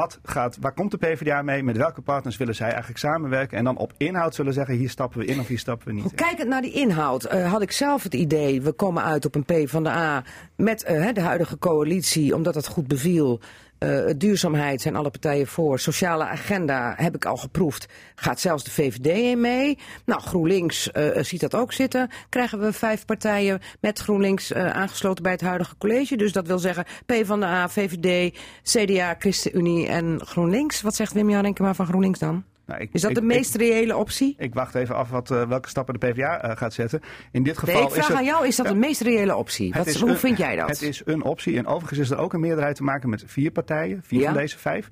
waar komt de PvdA mee, met welke partners willen zij eigenlijk samenwerken en dan op inhoud zullen zeggen hier stappen we in of hier stappen we niet in. Kijkend naar die inhoud had ik zelf het idee, we komen uit op een PvdA met de huidige coalitie, omdat het goed beviel. Duurzaamheid zijn alle partijen voor. Sociale agenda heb ik al geproefd. Gaat zelfs de VVD in mee. Nou, GroenLinks ziet dat ook zitten. Krijgen we 5 partijen met GroenLinks aangesloten bij het huidige college. Dus dat wil zeggen PvdA, VVD, CDA, ChristenUnie en GroenLinks. Wat zegt Wim-Jan Renkema van GroenLinks dan? Nou, is dat de meest reële optie? Ik wacht even af welke stappen de PvdA gaat zetten. In dit geval ik vraag aan jou, is dat de meest reële optie? Hoe vind jij dat? Het is een optie. En overigens is er ook een meerderheid te maken met 4 partijen. 4 van deze 5.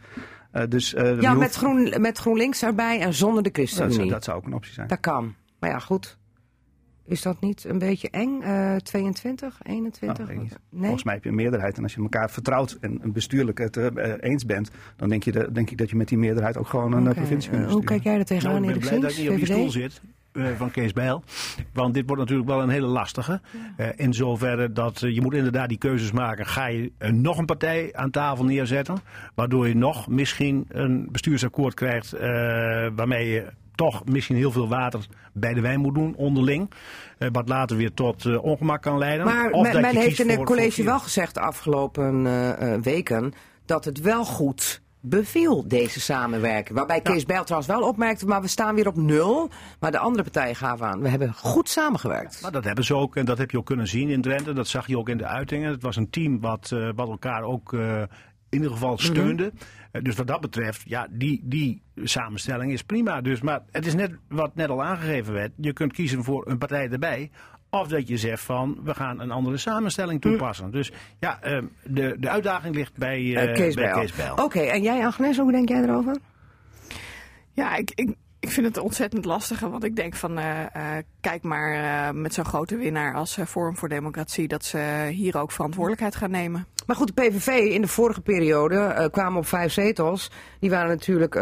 Met GroenLinks erbij en zonder de ChristenUnie. Dat zou ook een optie zijn. Dat kan. Maar ja, goed. Is dat niet een beetje eng? 22, 21? Nee. Volgens mij heb je een meerderheid. En als je elkaar vertrouwt en bestuurlijk het eens bent, dan denk ik dat je met die meerderheid ook gewoon een provincie kunt besturen. Hoe kijk jij er tegenaan, Erik Sinks? Ik ben blij dat ik niet op die stoel zit van Kees Bijl. Want dit wordt natuurlijk wel een hele lastige. In zoverre dat je moet inderdaad die keuzes maken. Ga je nog een partij aan tafel neerzetten, waardoor je nog misschien een bestuursakkoord krijgt waarmee je toch misschien heel veel water bij de wijn moet doen, onderling. Wat later weer tot ongemak kan leiden. Maar men heeft in het college wel gezegd de afgelopen weken dat het wel goed beviel, deze samenwerking. Waarbij Kees Bijl trouwens wel opmerkte, maar we staan weer op 0. Maar de andere partijen gaven aan, we hebben goed samengewerkt. Maar dat hebben ze ook, en dat heb je ook kunnen zien in Drenthe. Dat zag je ook in de uitingen. Het was een team wat elkaar ook in ieder geval steunde. Dus wat dat betreft, ja, die samenstelling is prima. Dus, maar het is net wat net al aangegeven werd. Je kunt kiezen voor een partij erbij. Of dat je zegt van, we gaan een andere samenstelling toepassen. Dus ja, de uitdaging ligt bij Kees Bijl. Oké, en jij Agnes, hoe denk jij erover? Ja, Ik vind het ontzettend lastig, want ik denk van kijk maar met zo'n grote winnaar als Forum voor Democratie dat ze hier ook verantwoordelijkheid gaan nemen. Maar goed, de PVV in de vorige periode kwamen op 5 zetels. Die waren natuurlijk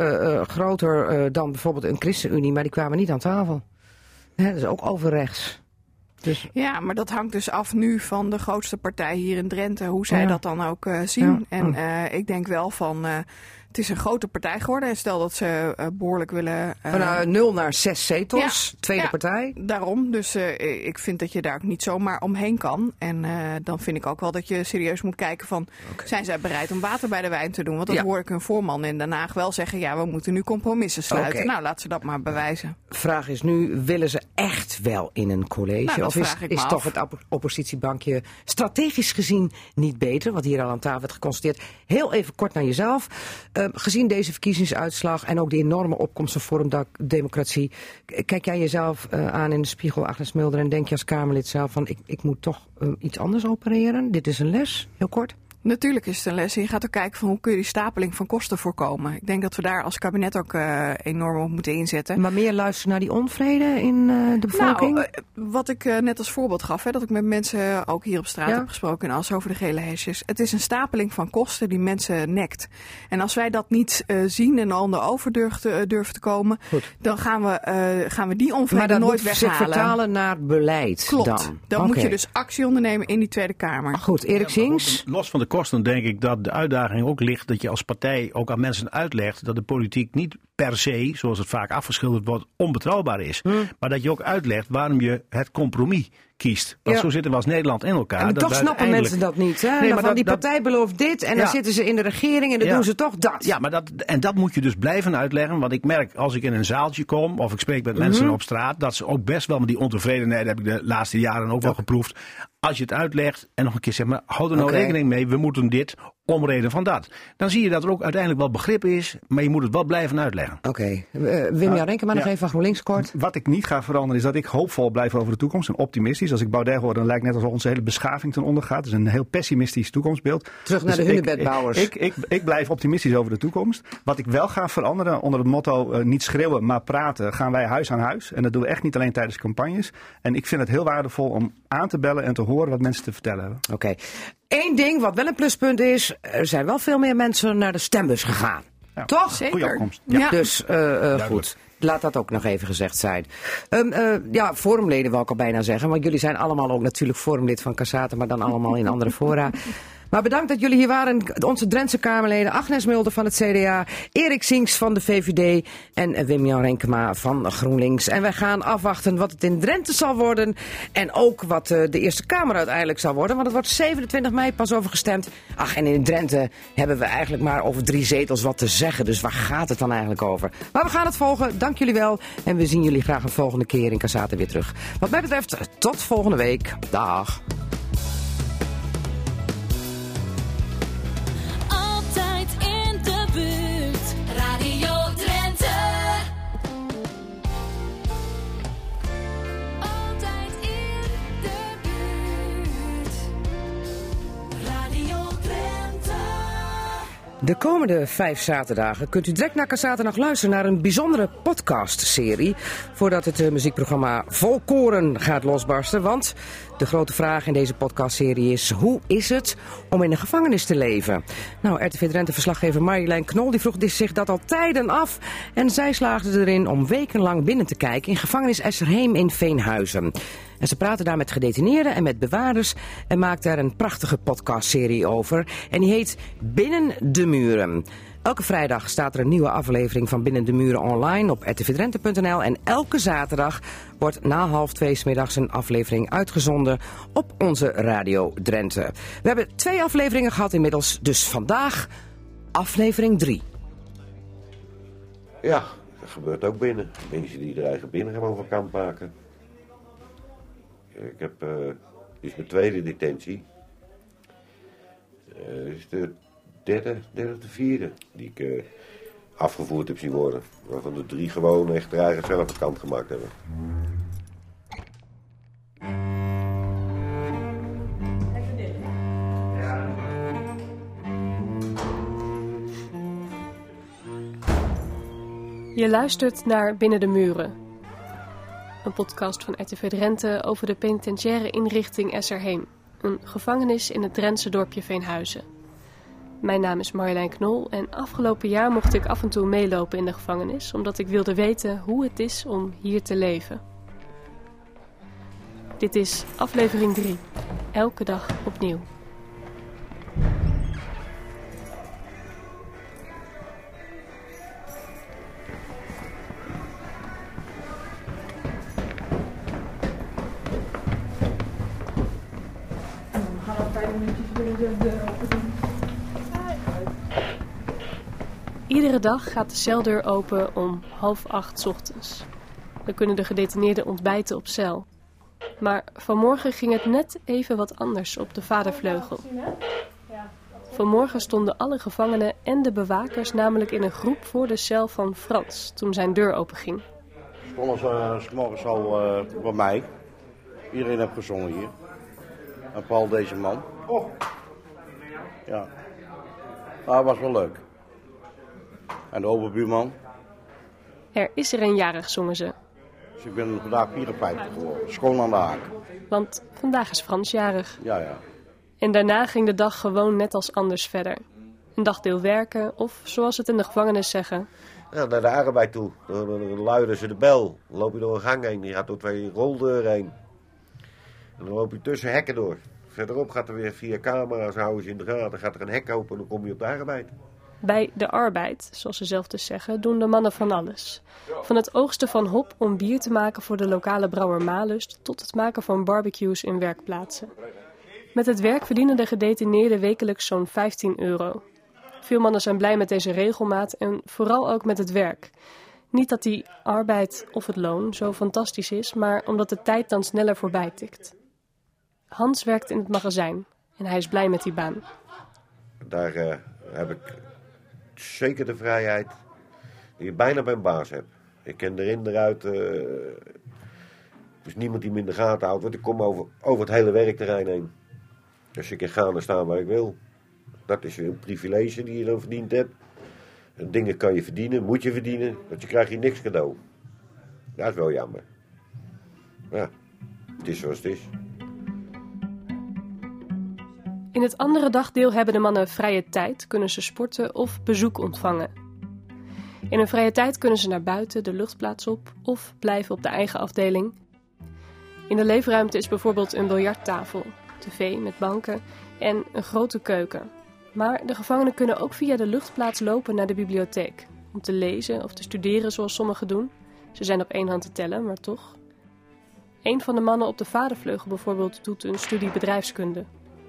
groter dan bijvoorbeeld een ChristenUnie, maar die kwamen niet aan tafel. Dat is ook overrechts. Dus... Ja, maar dat hangt dus af nu van de grootste partij hier in Drenthe, hoe zij dat dan ook zien. Ja. En ik denk wel van, het is een grote partij geworden. En stel dat ze behoorlijk willen... Van 0 naar 6 zetels, tweede partij. Daarom, dus ik vind dat je daar ook niet zomaar omheen kan. En dan vind ik ook wel dat je serieus moet kijken van, zijn zij bereid om water bij de wijn te doen? Want dat hoor ik hun voorman in Den Haag wel zeggen, ja, we moeten nu compromissen sluiten. Nou, laat ze dat maar bewijzen. Vraag is nu, willen ze echt wel in een college? Of is toch het oppositiebankje strategisch gezien niet beter? Wat hier al aan tafel werd geconstateerd. Heel even kort naar jezelf. Gezien deze verkiezingsuitslag en ook de enorme opkomst van Forum Democratie, kijk jij jezelf aan in de spiegel, Agnes Mulder, en denk je als Kamerlid zelf van ik moet toch iets anders opereren? Dit is een les, heel kort. Natuurlijk is het een les. Je gaat ook kijken van hoe kun je die stapeling van kosten voorkomen. Ik denk dat we daar als kabinet ook enorm op moeten inzetten. Maar meer luisteren naar die onvrede in de bevolking? Nou, wat ik net als voorbeeld gaf, dat ik met mensen ook hier op straat heb gesproken in As over de gele hesjes. Het is een stapeling van kosten die mensen nekt. En als wij dat niet zien en onder over durven te komen, dan gaan we die onvrede nooit weghalen. Maar dat moet zich vertalen naar beleid. Klopt. Dan moet je dus actie ondernemen in die Tweede Kamer. Goed, Erik Sings. Los van de kosten denk ik dat de uitdaging ook ligt dat je als partij ook aan mensen uitlegt dat de politiek niet per se, zoals het vaak afgeschilderd wordt, onbetrouwbaar is. Maar dat je ook uitlegt waarom je het compromis kiest. Want zo zitten we als Nederland in elkaar. En toch snappen mensen dat niet. Hè? Nee, maar die partij belooft dit en dan zitten ze in de regering en dan doen ze toch dat. Ja, maar dat moet je dus blijven uitleggen. Want ik merk als ik in een zaaltje kom of ik spreek met mensen op straat, dat ze ook best wel met die ontevredenheid, heb ik de laatste jaren ook wel geproefd. Als je het uitlegt en nog een keer zegt, maar hou er nou rekening mee, we moeten dit om reden van dat. Dan zie je dat er ook uiteindelijk wel begrip is, maar je moet het wel blijven uitleggen. Oké. Wim-Jan Renkema nog even van GroenLinks kort. Wat ik niet ga veranderen is dat ik hoopvol blijf over de toekomst en optimistisch. Als ik Baudet hoor, dan lijkt het net alsof onze hele beschaving ten onder gaat. Het is een heel pessimistisch toekomstbeeld. Terug naar de hunebedbouwers. Ik blijf optimistisch over de toekomst. Wat ik wel ga veranderen onder het motto niet schreeuwen, maar praten, gaan wij huis aan huis. En dat doen we echt niet alleen tijdens campagnes. En ik vind het heel waardevol om aan te bellen en te horen wat mensen te vertellen hebben. Oké. Eén ding wat wel een pluspunt is, er zijn wel veel meer mensen naar de stembus gegaan. Ja, toch? Zeker. Goeie opkomst. Ja. Dus goed. Laat dat ook nog even gezegd zijn. Forumleden wil ik al bijna zeggen. Want jullie zijn allemaal ook natuurlijk forumlid van Cassata, maar dan allemaal in andere fora. Maar bedankt dat jullie hier waren. Onze Drentse Kamerleden Agnes Mulder van het CDA, Erik Sings van de VVD en Wim-Jan Renkema van GroenLinks. En wij gaan afwachten wat het in Drenthe zal worden. En ook wat de Eerste Kamer uiteindelijk zal worden. Want het wordt 27 mei pas over gestemd. Ach, en in Drenthe hebben we eigenlijk maar over 3 zetels wat te zeggen. Dus waar gaat het dan eigenlijk over? Maar we gaan het volgen. Dank jullie wel. En we zien jullie graag een volgende keer in Cassata weer terug. Wat mij betreft, tot volgende week. Dag. De komende 5 zaterdagen kunt u direct naar Cassata nog luisteren naar een bijzondere podcastserie. Voordat het muziekprogramma Volkoren gaat losbarsten. Want de grote vraag in deze podcastserie is: hoe is het om in de gevangenis te leven? Nou, RTV Drenthe-verslaggever Marjolein Knol die vroeg zich dat al tijden af. En zij slaagde erin om wekenlang binnen te kijken in gevangenis Esserheem in Veenhuizen. En ze praten daar met gedetineerden en met bewaarders en maakt daar een prachtige podcastserie over. En die heet Binnen de Muren. Elke vrijdag staat er een nieuwe aflevering van Binnen de Muren online op rtvdrenthe.nl. En elke zaterdag wordt na 13:30 's middags een aflevering uitgezonden op onze Radio Drenthe. We hebben 2 afleveringen gehad inmiddels, dus vandaag aflevering 3. Ja, dat gebeurt ook binnen. Mensen die er eigen binnen gewoon van kamp maken. Ik heb, dit is mijn tweede detentie. Dit is de derde of de vierde die ik afgevoerd heb zien worden. Waarvan de 3 gewoon echt er eigen zelf aan kant gemaakt hebben. Je luistert naar Binnen de Muren. Een podcast van RTV Drenthe over de penitentiaire inrichting Esserheem. Een gevangenis in het Drentse dorpje Veenhuizen. Mijn naam is Marjolein Knol en afgelopen jaar mocht ik af en toe meelopen in de gevangenis, omdat ik wilde weten hoe het is om hier te leven. Dit is aflevering 3. Elke dag opnieuw. Iedere dag gaat de celdeur open om 7:30 ochtends. Dan kunnen de gedetineerden ontbijten op cel. Maar vanmorgen ging het net even wat anders op de vadervleugel. Vanmorgen stonden alle gevangenen en de bewakers namelijk in een groep voor de cel van Frans toen zijn deur openging. Stonden ze 's morgens al bij mij. Iedereen heeft gezongen hier. En Paul deze man. Oh. Ja. Nou, dat was wel leuk. En de overbuurman. Er is er een jarig, zongen ze. Dus ik ben vandaag 54 geworden. Schoon aan de haak. Want vandaag is Frans jarig. Ja. En daarna ging de dag gewoon net als anders verder. Een dagdeel werken of, zoals het in de gevangenis zeggen... Ja, naar de arbeid toe. Dan luiden ze de bel. Dan loop je door een gang heen. Je gaat door 2 roldeuren heen. En dan loop je tussen hekken door. Verderop gaat er weer via camera's, houden ze in de gaten. Gaat er een hek open en dan kom je op de arbeid. Bij de arbeid, zoals ze zelf dus zeggen, doen de mannen van alles. Van het oogsten van hop om bier te maken voor de lokale brouwer Malust... tot het maken van barbecues in werkplaatsen. Met het werk verdienen de gedetineerden wekelijks zo'n €15. Veel mannen zijn blij met deze regelmaat en vooral ook met het werk. Niet dat die arbeid of het loon zo fantastisch is, maar omdat de tijd dan sneller voorbij tikt. Hans werkt in het magazijn en hij is blij met die baan. Daar heb ik zeker de vrijheid die je bijna bij een baas hebt. Ik ken erin, eruit. Er is niemand die me in de gaten houdt. Want ik kom over het hele werkterrein heen. Dus ik kan gaan en staan waar ik wil. Dat is een privilege die je dan verdiend hebt. En dingen kan je verdienen, moet je verdienen. Want je krijgt hier niks cadeau. Dat is wel jammer. Ja, het is zoals het is. In het andere dagdeel hebben de mannen vrije tijd, kunnen ze sporten of bezoek ontvangen. In hun vrije tijd kunnen ze naar buiten, de luchtplaats op of blijven op de eigen afdeling. In de leefruimte is bijvoorbeeld een biljarttafel, tv met banken en een grote keuken. Maar de gevangenen kunnen ook via de luchtplaats lopen naar de bibliotheek. Om te lezen of te studeren zoals sommigen doen. Ze zijn op 1 hand te tellen, maar toch. Een van de mannen op de vadervleugel bijvoorbeeld doet een studie bedrijfskunde.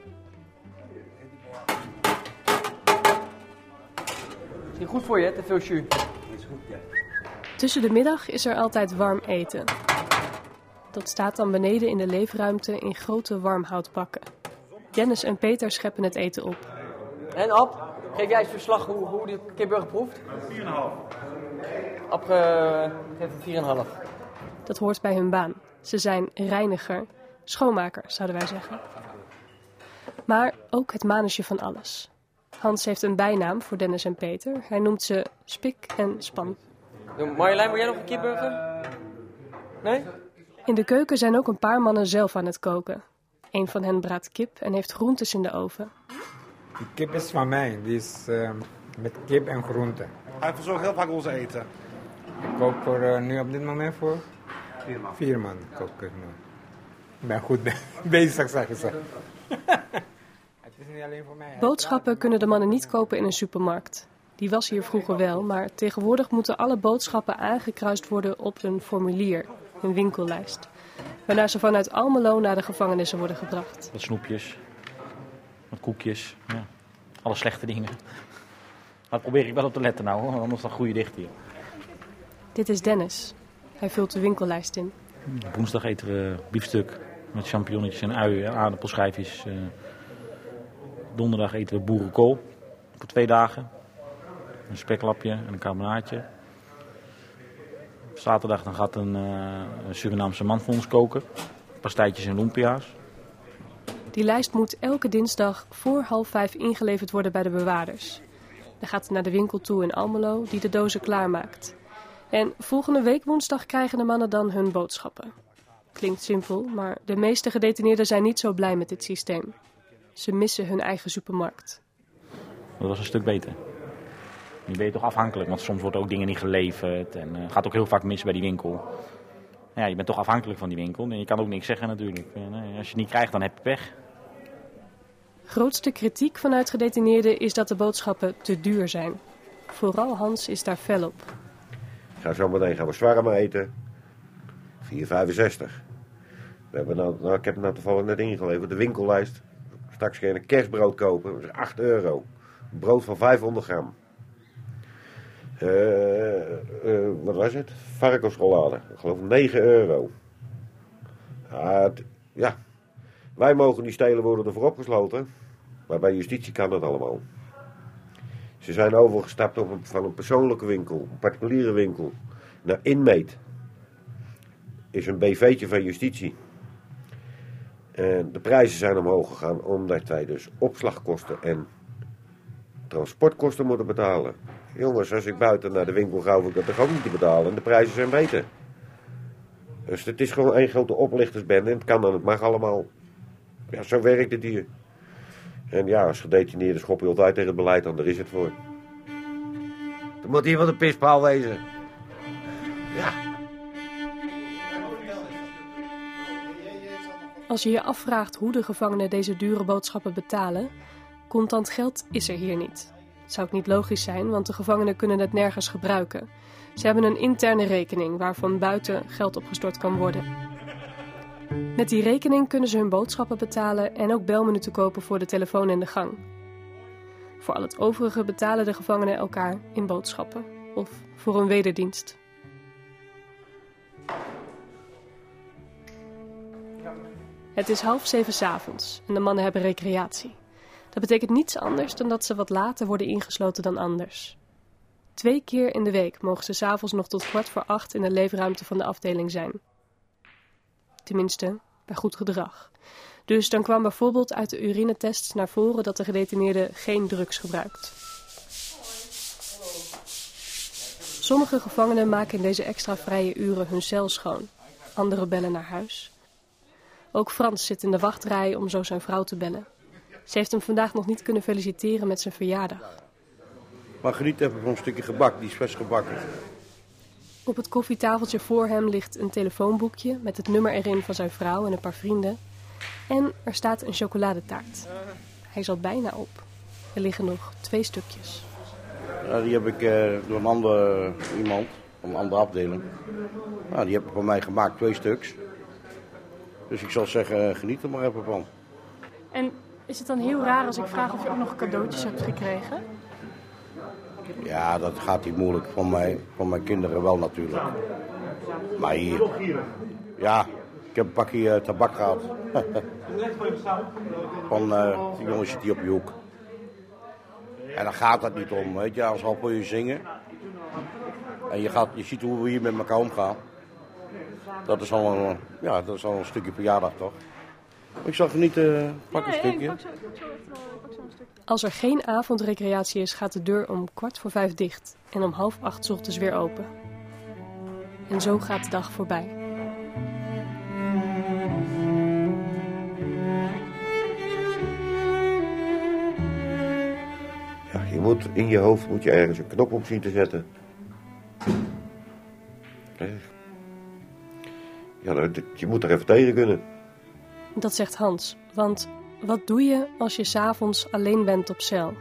Is niet goed voor je, te veel jus. Tussen de middag is er altijd warm eten. Dat staat dan beneden in de leefruimte in grote warmhoutbakken. Dennis en Peter scheppen het eten op. En Ab, geef jij eens verslag hoe die kipburger proeft? 4,5. Ab geeft een 4,5. Dat hoort bij hun baan. Ze zijn reiniger, schoonmaker zouden wij zeggen. Maar ook het manusje van alles. Hans heeft een bijnaam voor Dennis en Peter. Hij noemt ze Spik en Span. Marjolein, wil jij nog een kipburger? Nee? In de keuken zijn ook een paar mannen zelf aan het koken. Een van hen braadt kip en heeft groentes in de oven. Die kip is van mij. Die is met kip en groenten. Hij verzorgt heel vaak ons eten. Ik kook voor nu op dit moment voor 4 man. Kook ik nu. Ik ben goed bezig, zeggen ze. Het is niet alleen voor mij. Boodschappen kunnen de mannen niet kopen in een supermarkt. Die was hier vroeger wel, maar tegenwoordig moeten alle boodschappen aangekruist worden op een formulier, een winkellijst. Waarna ze vanuit Almelo naar de gevangenissen worden gebracht. Wat snoepjes, wat koekjes, ja. Alle slechte dingen. Maar probeer ik wel op te letten nou, hoor, anders dan groei je dicht hier. Dit is Dennis. Hij vult de winkellijst in. Woensdag eten we biefstuk met champignonnetjes en ui en aardappelschijfjes. Donderdag eten we boerenkool voor 2 dagen. Een speklapje en een carbonaatje. Zaterdag dan gaat een Surinaamse man voor ons koken. Pastijtjes en lumpia's. Die lijst moet elke dinsdag voor 4:30 ingeleverd worden bij de bewaarders. Dan gaat het naar de winkel toe in Almelo die de dozen klaarmaakt. En volgende week woensdag krijgen de mannen dan hun boodschappen. Klinkt simpel, maar de meeste gedetineerden zijn niet zo blij met dit systeem. Ze missen hun eigen supermarkt. Dat was een stuk beter. Nu ben je toch afhankelijk, want soms worden ook dingen niet geleverd. En het gaat ook heel vaak mis bij die winkel. Ja, je bent toch afhankelijk van die winkel en je kan ook niks zeggen natuurlijk. En, als je het niet krijgt, dan heb je pech. Grootste kritiek vanuit gedetineerden is dat de boodschappen te duur zijn. Vooral Hans is daar fel op. Gaan we zwarmen eten. 4,65. We hebben ik heb nou toevallig net ingeleverd, de winkellijst. Straks ga je een kerstbrood kopen, dat is €8. Brood van 500 gram. Wat was het? Varkensrollade. Ik geloof €9. Ja, wij mogen niet stelen, worden ervoor opgesloten. Maar bij justitie kan dat allemaal. Ze zijn overgestapt van een persoonlijke winkel, een particuliere winkel, naar Inmeet. Is een BV'tje van justitie. En de prijzen zijn omhoog gegaan omdat wij dus opslagkosten en transportkosten moeten betalen. Jongens, als ik buiten naar de winkel ga, hoef ik dat toch ook niet te betalen. En de prijzen zijn beter. Dus het is gewoon één grote oplichtersbende en het kan dan, het mag allemaal. Ja, zo werkt het hier. En ja, als gedetineerde schop je altijd tegen het beleid aan, daar is het voor. Er moet hier wel een pispaal wezen. Ja. Als je je afvraagt hoe de gevangenen deze dure boodschappen betalen, contant geld is er hier niet. Het zou ook niet logisch zijn, want de gevangenen kunnen het nergens gebruiken. Ze hebben een interne rekening waarvan buiten geld opgestort kan worden. Met die rekening kunnen ze hun boodschappen betalen en ook belminuten kopen voor de telefoon in de gang. Voor al het overige betalen de gevangenen elkaar in boodschappen of voor een wederdienst. Het is 6:30 'avonds en de mannen hebben recreatie. Dat betekent niets anders dan dat ze wat later worden ingesloten dan anders. 2 keer in de week mogen ze 's avonds nog tot 7:15 in de leefruimte van de afdeling zijn. Tenminste, bij goed gedrag. Dus dan kwam bijvoorbeeld uit de urinetests naar voren dat de gedetineerde geen drugs gebruikt. Sommige gevangenen maken in deze extra vrije uren hun cel schoon. Anderen bellen naar huis. Ook Frans zit in de wachtrij om zo zijn vrouw te bellen. Ze heeft hem vandaag nog niet kunnen feliciteren met zijn verjaardag. Maar geniet even van een stukje gebak, die is vers gebakken. Op het koffietafeltje voor hem ligt een telefoonboekje met het nummer erin van zijn vrouw en een paar vrienden. En er staat een chocoladetaart. Hij is al bijna op. Er liggen nog 2 stukjes. Ja, die heb ik door een andere iemand, van een andere afdeling. Nou, die heb ik voor mij gemaakt, 2 stuks. Dus ik zal zeggen, geniet er maar even van. En is het dan heel raar als ik vraag of je ook nog cadeautjes hebt gekregen? Ja, dat gaat niet moeilijk. Van mijn kinderen wel natuurlijk. Maar hier... Ja, ik heb een pakje tabak gehad. Van die jongens zit hier op je hoek. En dan gaat dat niet om, weet je. Als al voor je zingen. En je ziet hoe we hier met elkaar omgaan. Dat is al een stukje verjaardag, toch? Ik zal genieten, pak een stukje. Pak zo een stukje. Als er geen avondrecreatie is, gaat de deur om 5:15 dicht en om 7:30 's ochtends weer open. En zo gaat de dag voorbij. Ja, je moet in je hoofd ergens een knop op zien te zetten. Ja, je moet er even tegen kunnen. Dat zegt Hans, want wat doe je als je 's avonds alleen bent op cel?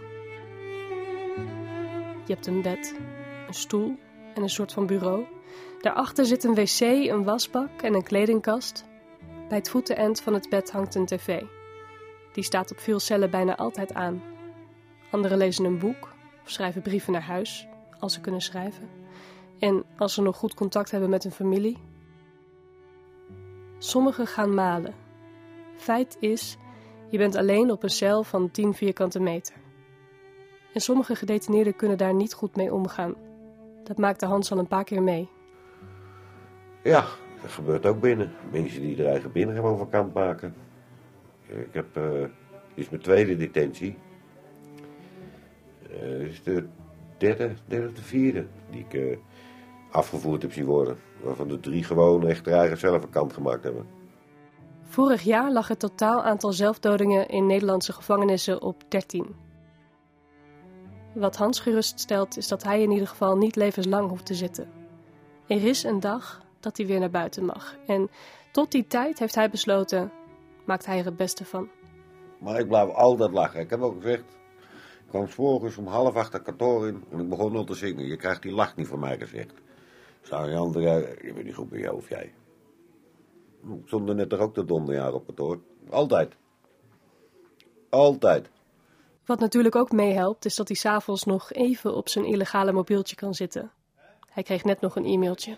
Je hebt een bed, een stoel en een soort van bureau. Daarachter zit een wc, een wasbak en een kledingkast. Bij het voeteneind van het bed hangt een tv. Die staat op veel cellen bijna altijd aan. Anderen lezen een boek of schrijven brieven naar huis, als ze kunnen schrijven. En als ze nog goed contact hebben met hun familie. Sommigen gaan malen. Feit is, je bent alleen op een cel van 10 vierkante meter. En sommige gedetineerden kunnen daar niet goed mee omgaan. Dat maakte Hans al een paar keer mee. Ja, dat gebeurt ook binnen. Mensen die er eigen binnen gewoon van kant maken. Ik heb, dit is mijn tweede detentie. Dit is de derde of de vierde die ik afgevoerd heb zien worden. Waarvan de 3 gewoon echt haar eigen zelf een kant gemaakt hebben. Vorig jaar lag het totaal aantal zelfdodingen in Nederlandse gevangenissen op 13. Wat Hans geruststelt is dat hij in ieder geval niet levenslang hoeft te zitten. Er is een dag dat hij weer naar buiten mag. En tot die tijd heeft hij besloten, maakt hij er het beste van. Maar ik blijf altijd lachen. Ik heb ook gezegd, ik kwam 's morgens om 7:30 kantoor in en ik begon al te zingen. Je krijgt die lach niet van mij gezegd. Staan die anderen, je bent niet goed bij jou of jij. Ik stond er net toch ook te donderjaar op kantoor. Altijd. Altijd. Wat natuurlijk ook meehelpt is dat hij 's avonds nog even op zijn illegale mobieltje kan zitten. Hij kreeg net nog een e-mailtje.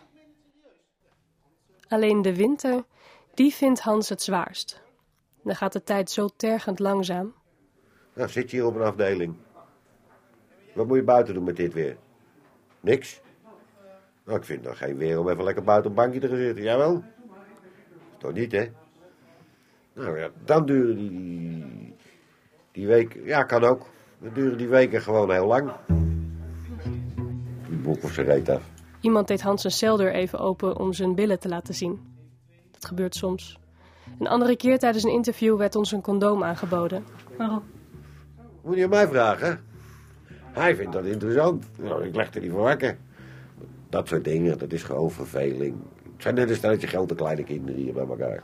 Alleen de winter, die vindt Hans het zwaarst. Dan gaat de tijd zo tergend langzaam. Nou, zit je hier op een afdeling. Wat moet je buiten doen met dit weer? Niks? Nou, ik vind nog geen weer om even lekker buiten een bankje te gaan zitten. Jawel? Toch niet, hè? Nou ja, dan duren die weken... Ja, kan ook. Dan duren die weken gewoon heel lang. Die boek of zijn reet af. Iemand deed Hans zijn celdeur even open om zijn billen te laten zien. Dat gebeurt soms. Een andere keer tijdens een interview werd ons een condoom aangeboden. Waarom? Moet je aan mij vragen? Hij vindt dat interessant. Nou, ik leg er niet voor wakker. Dat soort dingen, dat is gewoon verveling. Het zijn net een stelletje grote kleine kinderen hier bij elkaar.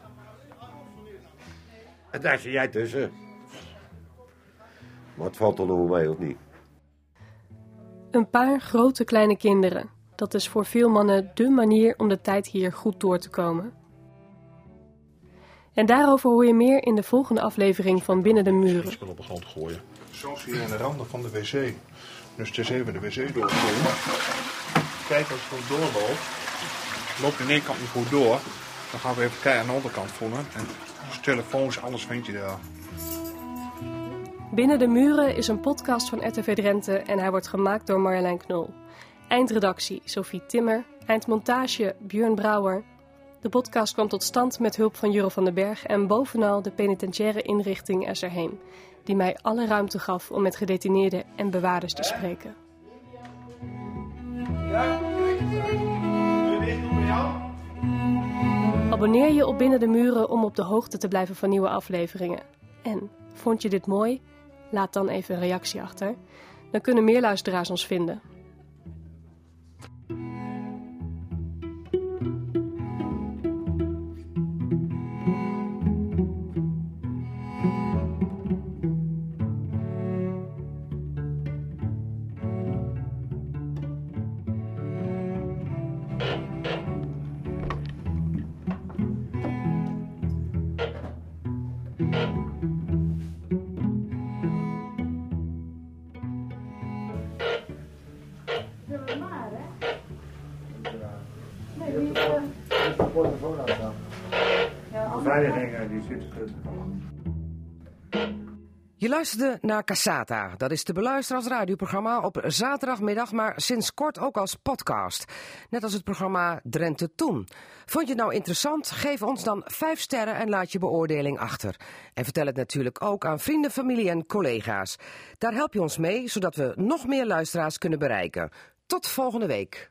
En daar zit jij tussen. Maar het valt er nog wel mee, of niet? Een paar grote kleine kinderen. Dat is voor veel mannen dé manier om de tijd hier goed door te komen. En daarover hoor je meer in de volgende aflevering van Binnen de Muren. Ik op de grond gooien. Zoals hier aan de randen van de wc. Dus het is even de wc doorgooien. Kijk, als het goed doorloopt, loopt in één kant niet goed door. Dan gaan we even kijken aan de onderkant voelen. En dus telefoons, alles vind je daar. Binnen de Muren is een podcast van RTV Drenthe en hij wordt gemaakt door Marjolein Knol. Eindredactie Sophie Timmer, eindmontage Björn Brouwer. De podcast kwam tot stand met hulp van Juro van den Berg en bovenal de penitentiaire inrichting Esserheem, die mij alle ruimte gaf om met gedetineerden en bewaarders te spreken. Abonneer je op Binnen de Muren om op de hoogte te blijven van nieuwe afleveringen. En vond je dit mooi? Laat dan even een reactie achter. Dan kunnen meer luisteraars ons vinden. Je luisterde naar Cassata. Dat is te beluisteren als radioprogramma op zaterdagmiddag, maar sinds kort ook als podcast. Net als het programma Drenthe Toen. Vond je het nou interessant? Geef ons dan 5 sterren en laat je beoordeling achter. En vertel het natuurlijk ook aan vrienden, familie en collega's. Daar help je ons mee, zodat we nog meer luisteraars kunnen bereiken. Tot volgende week.